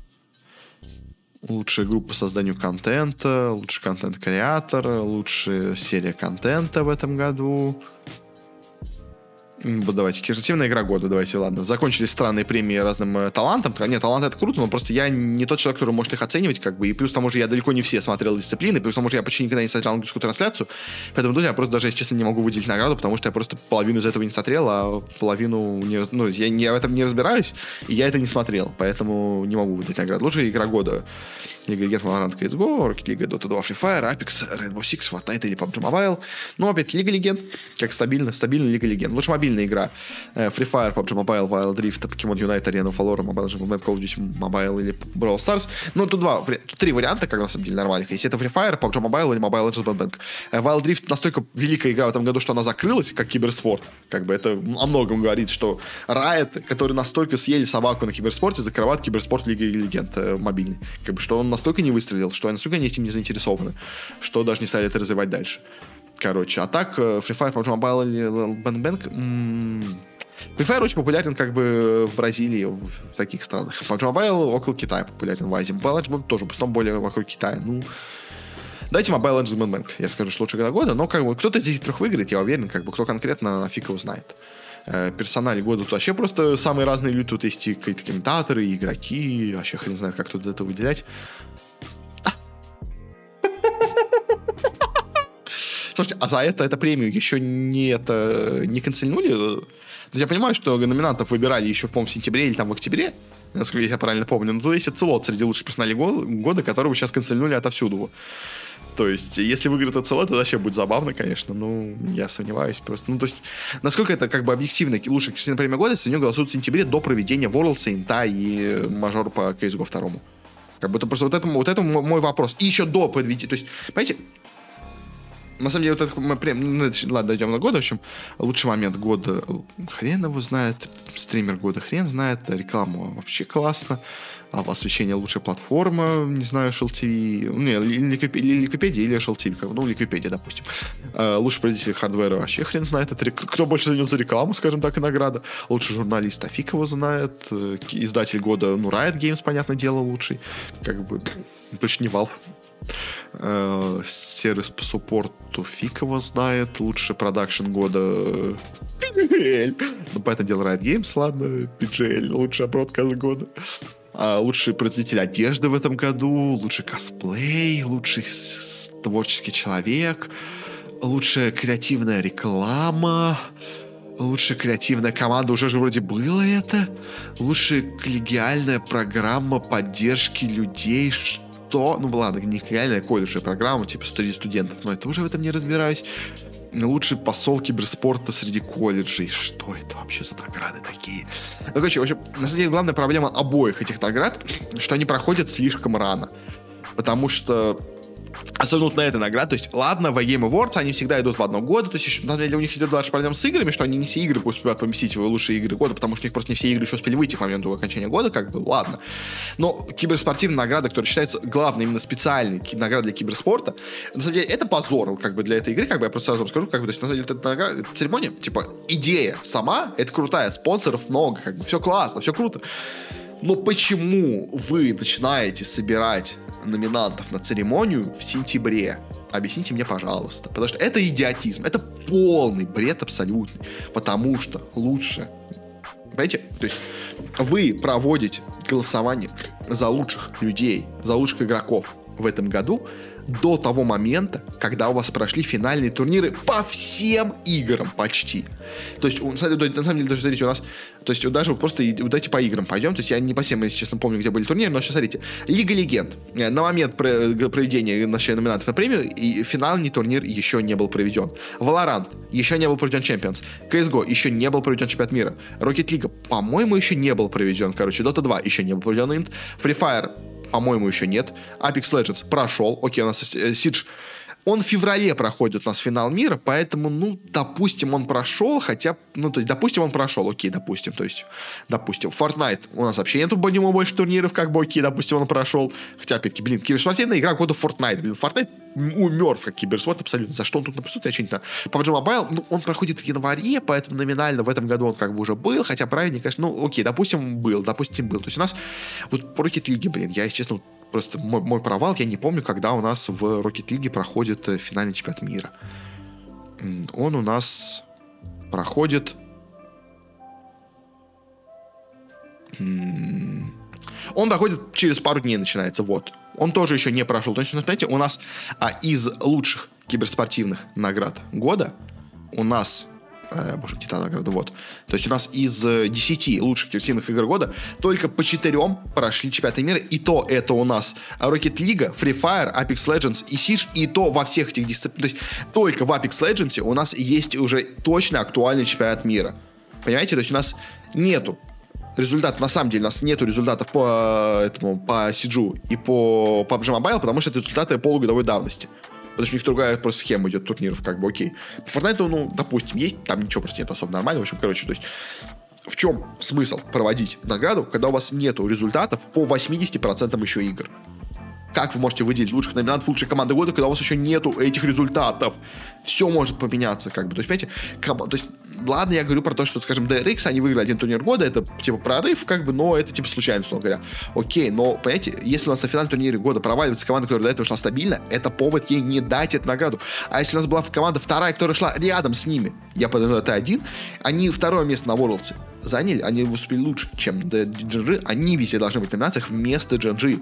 лучшая группа по созданию контента, лучший контент-креатор, лучшая серия контента в этом году. Давайте, креативная игра года, давайте, ладно. Закончились странные премии разным талантам. Нет, талант это круто, но просто я не тот человек, который может их оценивать, как бы, и плюс к тому же я далеко не все смотрел дисциплины, плюс к тому же я почти никогда не смотрел английскую трансляцию, поэтому тут я просто даже, если честно, не могу выделить награду, потому что я просто половину из этого не смотрел, а половину я в этом не разбираюсь, и я это не смотрел, поэтому не могу выдать награду. Лучшая игра года: Лига Легенд, Valorant, CSGO, Rocket League, Dota 2, Free Fire, Apex, Rainbow Six, Fortnite или PUBG Mobile. Ну, опять-таки, Лига Легенд, как стабильная Лига Легенд. Лучше мобильная игра: Free Fire, PUBG Mobile, Wild Rift, Pokemon Unite, Arena of Valor, Mobile Legends, Call of Duty Mobile или Brawl Stars. Ну, тут три варианта, как на самом деле, нормальных. Если это Free Fire, PUBG Mobile или Mobile Legends, Bang. Wild Rift настолько великая игра в этом году, что она закрылась, как киберспорт. Как бы это о многом говорит, что Riot, которые настолько съели собаку на киберспорте, закрывают киберспорт Лиги Легенд мобильный. Как бы, что он настолько не выстрелил, что настолько они этим не заинтересованы, что даже не стали это развивать дальше. Короче, а так, Free Fire, PUBG Mobile или Bang. Free Fire очень популярен как бы в Бразилии, в таких странах. PUBG Mobile около Китая популярен, в Азии. Mobile Legends тоже, в основном более вокруг Китая. Ну, дайте Mobile Legends Bang. Я скажу, что лучшая игра года, но как бы кто-то из этих трех выиграет, я уверен, как бы кто конкретно, фиг его знает. Персонали года тут вообще просто самые разные люди. Тут есть какие-то комментаторы, игроки, вообще хрен знает, как тут это выделять. Слушайте, а за это премию еще не канцельнули? То есть я понимаю, что номинантов выбирали еще, по-моему, в сентябре или там в октябре, насколько я правильно помню. Но тут есть Оцелот среди лучших персоналей года, которого сейчас канцельнули отовсюду. То есть, если выиграет Оцелот, это вообще будет забавно, конечно. Ну, я сомневаюсь просто. Ну, то есть, насколько это как бы объективно лучшая крестильная премия года, если за нее голосуют в сентябре до проведения Worlds, Инта и мажора по CSGO 2. Как бы это просто вот это мой вопрос. И еще до подведения. То есть, понимаете, на самом деле, вот это ладно, дойдем на года. В общем, лучший момент года хрен его знает. Стример года хрен знает. Реклама вообще классно. Освещение лучшая платформа, не знаю, ShellTV. Не, или Википедия, или ShellTV. Ну, Википедия, допустим. Лучший производитель хардвера вообще хрен знает. Это кто больше занес за рекламу, скажем так, и награда. Лучший журналист фиг его знает. Издатель года, ну, Riot Games, понятное дело, лучший. Как бы, точно не Valve. Сервис по суппорту фиг его знает. Лучший продакшн года PGL. Ну, поэтому дело Riot Games, ладно. PGL. Лучший бродкаст года. Лучший производитель одежды в этом году. Лучший косплей. Лучший творческий человек. Лучшая креативная реклама. Лучшая креативная команда. Уже же вроде было это. Лучшая коллегиальная программа поддержки людей. Что? Ну ладно, не коллегиальная, колледжная программа, типа среди студентов. Но я тоже в этом не разбираюсь. Лучший посол киберспорта среди колледжей. Что это вообще за награды такие? Ну, короче, в общем, на самом деле, главная проблема обоих этих наград, что они проходят слишком рано. Потому что особенно вот на этой награде, то есть, ладно, в Game Awards они всегда идут в одно года, то есть, еще, на самом деле, у них идет дальше проблема с играми, что они не все игры успевают поместить в лучшие игры года, потому что у них просто не все игры еще успели выйти к моменту окончания года, как бы, ладно. Но киберспортивная награда, которая считается главной, именно специальной наградой для киберспорта, на самом деле, это позор, как бы, для этой игры, как бы, я просто сразу вам скажу, как бы, то есть, на самом деле, эта церемония, типа, идея сама, это крутая, спонсоров много, как бы, все классно, все круто. Но почему вы начинаете собирать номинантов на церемонию в сентябре? Объясните мне, пожалуйста. Потому что это идиотизм. Это полный бред абсолютный. Потому что лучше... Понимаете? То есть вы проводите голосование за лучших людей, за лучших игроков в этом году до того момента, когда у вас прошли финальные турниры по всем играм почти. То есть, на самом деле, даже, смотрите, у нас... То есть, даже вот просто давайте по играм пойдем. То есть, я не по всем, если честно, помню, где были турниры, но сейчас, смотрите. Лига Легенд. На момент проведения нашей номинации на премию и финальный турнир еще не был проведен. Valorant. Еще не был проведен Champions. CSGO. Еще не был проведен Чемпионат мира. Rocket League, по-моему, еще не был проведен. Короче, Dota 2 еще не был проведен. Free Fire, по-моему, еще нет. Apex Legends прошел. Окей, у нас Siege. Он в феврале проходит у нас финал мира, поэтому, ну, допустим, он прошел, хотя, ну, то есть, допустим, он прошел, окей, допустим, то есть, допустим, Fortnite у нас вообще нету больше турниров, как бы, окей, допустим, он прошел, хотя, опять-таки, блин, киберспортивная игра года Fortnite, блин, Fortnite умерз как киберспорт абсолютно, за что он тут написал, я вообще не знаю. PUBG Mobile, ну, он проходит в январе, поэтому номинально в этом году он как бы уже был, хотя правильнее, конечно, ну, окей, допустим, был, то есть, у нас, вот, по Rocket League, блин, я, если честно, просто мой провал, я не помню, когда у нас в Rocket League проходит финальный чемпионат мира. Он у нас проходит... Он проходит через пару дней, начинается, вот. Он тоже еще не прошел. То есть, смотрите, у нас из лучших киберспортивных наград года у нас... Боже, где та награда? Вот. То есть у нас из 10 лучших киберспортивных игр года только по 4 прошли чемпионаты мира. И то это у нас Rocket League, Free Fire, Apex Legends и Siege. И то во всех этих дисциплинах. То есть только в Apex Legends у нас есть уже точно актуальный чемпионат мира. Понимаете? То есть у нас нету результатов. На самом деле у нас нету результатов по Siege и по PUBG Mobile, потому что это результаты полугодовой давности. Потому что у них другая просто схема идет турниров, как бы, окей. По Fortnite, ну, допустим, есть, там ничего просто нет особо нормально. В общем, короче, то есть, в чем смысл проводить награду, когда у вас нету результатов по 80% еще игр? Как вы можете выделить лучших номинантов, лучшей команды года, когда у вас еще нету этих результатов? Все может поменяться, как бы. То есть, понимаете, то есть, ладно, я говорю про то, что, скажем, DRX, они выиграли один турнир года, это, типа, прорыв, как бы, но это, типа, случайно, условно говоря. Окей, но, понимаете, если у нас на финальном турнире года проваливается команда, которая до этого шла стабильно, это повод ей не дать эту награду. А если у нас была команда вторая, которая шла рядом с ними, я подозреваю, Т1, они второе место на Worlds заняли, они выступили лучше, чем Gen.G, они везде должны быть в номинациях вместо Gen.G.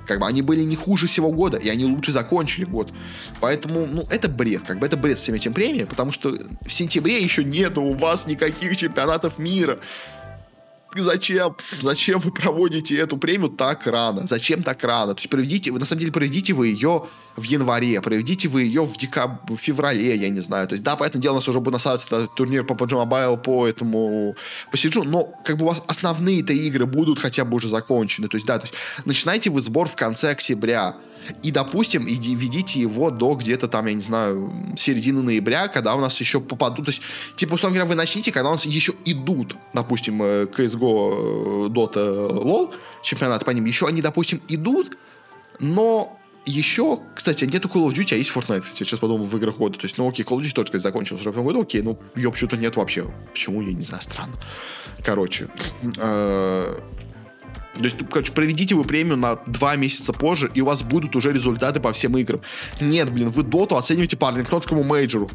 Как бы они были не хуже всего года, и они лучше закончили год. Поэтому, ну, это бред. Как бы это бред с всеми этими премиями, потому что в сентябре еще нету у вас никаких чемпионатов мира. Зачем? Зачем вы проводите эту премию так рано? Зачем так рано? То есть проведите, вы на самом деле проведите вы ее в январе, проведите вы ее в феврале, я не знаю. То есть, да, понятное дело, у нас уже будет насаживаться турнир по PUBG Mobile по этому посиджу, но как бы у вас основные-то игры будут хотя бы уже закончены. То есть, да, то есть начинайте вы сбор в конце октября. И, допустим, ведите его до где-то там, я не знаю, середины ноября, когда у нас еще попадут. То есть, типа, условно говоря, вы начните, когда у нас еще идут, допустим, CSGO, Dota, LoL, чемпионат по ним, еще они, допустим, идут, но еще, кстати, нету Call of Duty, а есть Fortnite, кстати, я сейчас подумал, в играх года. То есть, ну, окей, Call of Duty тоже закончился уже в этом году, окей, ну, ее почему-то нет вообще. Почему, я не знаю, странно. Короче, то есть, короче, проведите вы премию на 2 месяца позже, и у вас будут уже результаты по всем играм. Нет, блин, вы доту оцениваете по Арлингтонскому мейджору.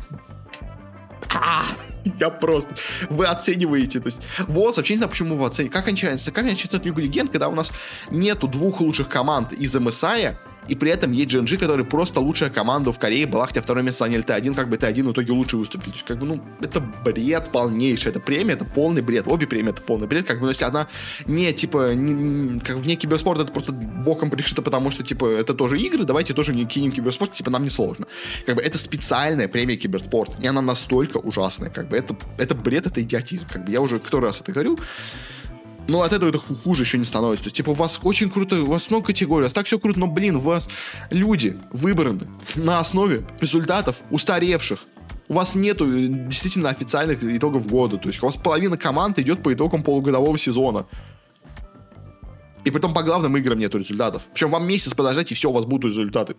Я просто... Вы оцениваете, то есть... Вот, вообще не знаю, почему вы оцениваете. Как начинается Лигу Легенд, когда у нас нету 2 лучших команд из MSI, и при этом есть GNG, который просто лучшая команда в Корее была, хотя второе место заняли Т1, как бы Т1 в итоге лучше выступили. То есть, как бы, ну, это бред полнейший. Это премия, это полный бред. Обе премии это полный бред. Как бы, ну, если одна не, типа, как вне киберспорта, это просто боком пришито, потому что, типа, это тоже игры, давайте тоже не кинем киберспорт, типа, нам не сложно. Как бы, это специальная премия киберспорт, и она настолько ужасная, как бы, это бред, это идиотизм. Как бы, я уже который раз это говорю. Ну, от этого это хуже еще не становится. То есть, типа, у вас очень круто, у вас много категорий, у вас так все круто, но, блин, у вас люди выбраны на основе результатов устаревших. У вас нету действительно официальных итогов года. То есть, у вас половина команд идет по итогам полугодового сезона. И притом по главным играм нету результатов. Причем вам месяц подождать, и все, у вас будут результаты.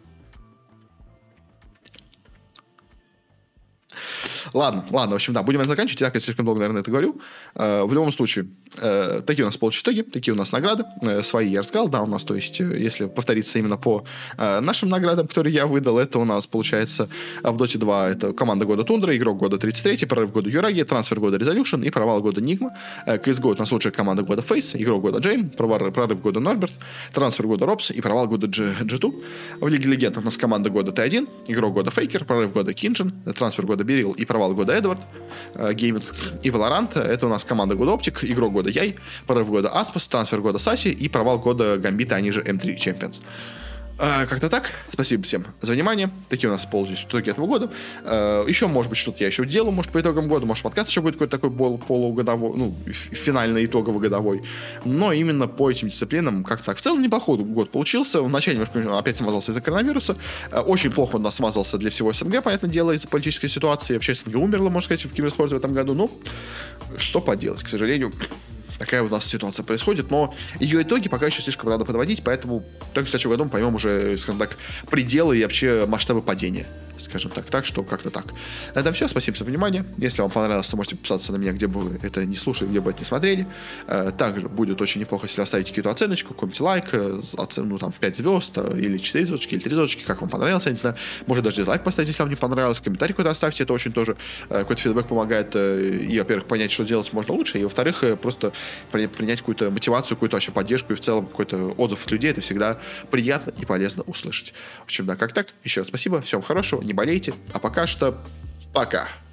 Ладно, в общем, да, будем заканчивать. Я слишком долго, наверное, это говорю. В любом случае, такие у нас получатся итоги, такие у нас награды. Свои я рассказал, да, у нас, то есть, если повториться именно по нашим наградам, которые я выдал, это у нас, получается, в Dota 2 это команда года Тундра, игрок года 33, прорыв года Юраги, трансфер года Resolution и провал года Нигма. CSGO у нас лучшая команда года Фейс, игрок года Джейм, прорыв года Норберт, трансфер года Робс и провал года G2. В Лиге Легенд у нас команда года Т1, игрок года Фейкер, прорыв года Кинджин, трансфер года Берил и провал года Эдвард Гейминг. И Valorant это у нас команда года Оптик, игрок года Яй, прорыв года Аспас, трансфер года Саси и провал года Гамбита, они же M3 Champions. Как-то так. Спасибо всем за внимание. Такие у нас получились итоги этого года. Еще, может быть, что-то я еще делаю, может, по итогам года. Может, подкаст еще будет какой-то такой полугодовой, ну, финально-итоговый годовой. Но именно по этим дисциплинам как-то так. В целом, неплохой год получился. Вначале немножко опять смазался из-за коронавируса. Очень плохо он нас смазался для всего СНГ, понятное дело, из-за политической ситуации. Вообще СНГ умерло, можно сказать, в киберспорте в этом году. Ну, что поделать, к сожалению. Такая у нас ситуация происходит, но ее итоги пока еще слишком рано подводить, поэтому только в следующем году мы поймем уже, скажем так, пределы и вообще масштабы падения, скажем так. Так что как-то так. На этом все. Спасибо за внимание. Если вам понравилось, то можете подписаться на меня, где бы вы это не слушали, где бы это не смотрели. Также будет очень неплохо, если оставите какую-то оценочку, какой-нибудь лайк, ну там 5 звезд, или 4 звездочки, или 3 звездочки, как вам понравилось, я не знаю. Может даже дизлайк поставить, если вам не понравилось, комментарий какой-то оставьте, это очень тоже какой-то фидбэк помогает и, во-первых, понять, что делать можно лучше, и, во-вторых, просто принять какую-то мотивацию, какую-то вообще поддержку и в целом какой-то отзыв от людей, это всегда приятно и полезно услышать. В общем, да, как так. Еще раз спасибо, всем хорошего, не болейте, а пока что пока.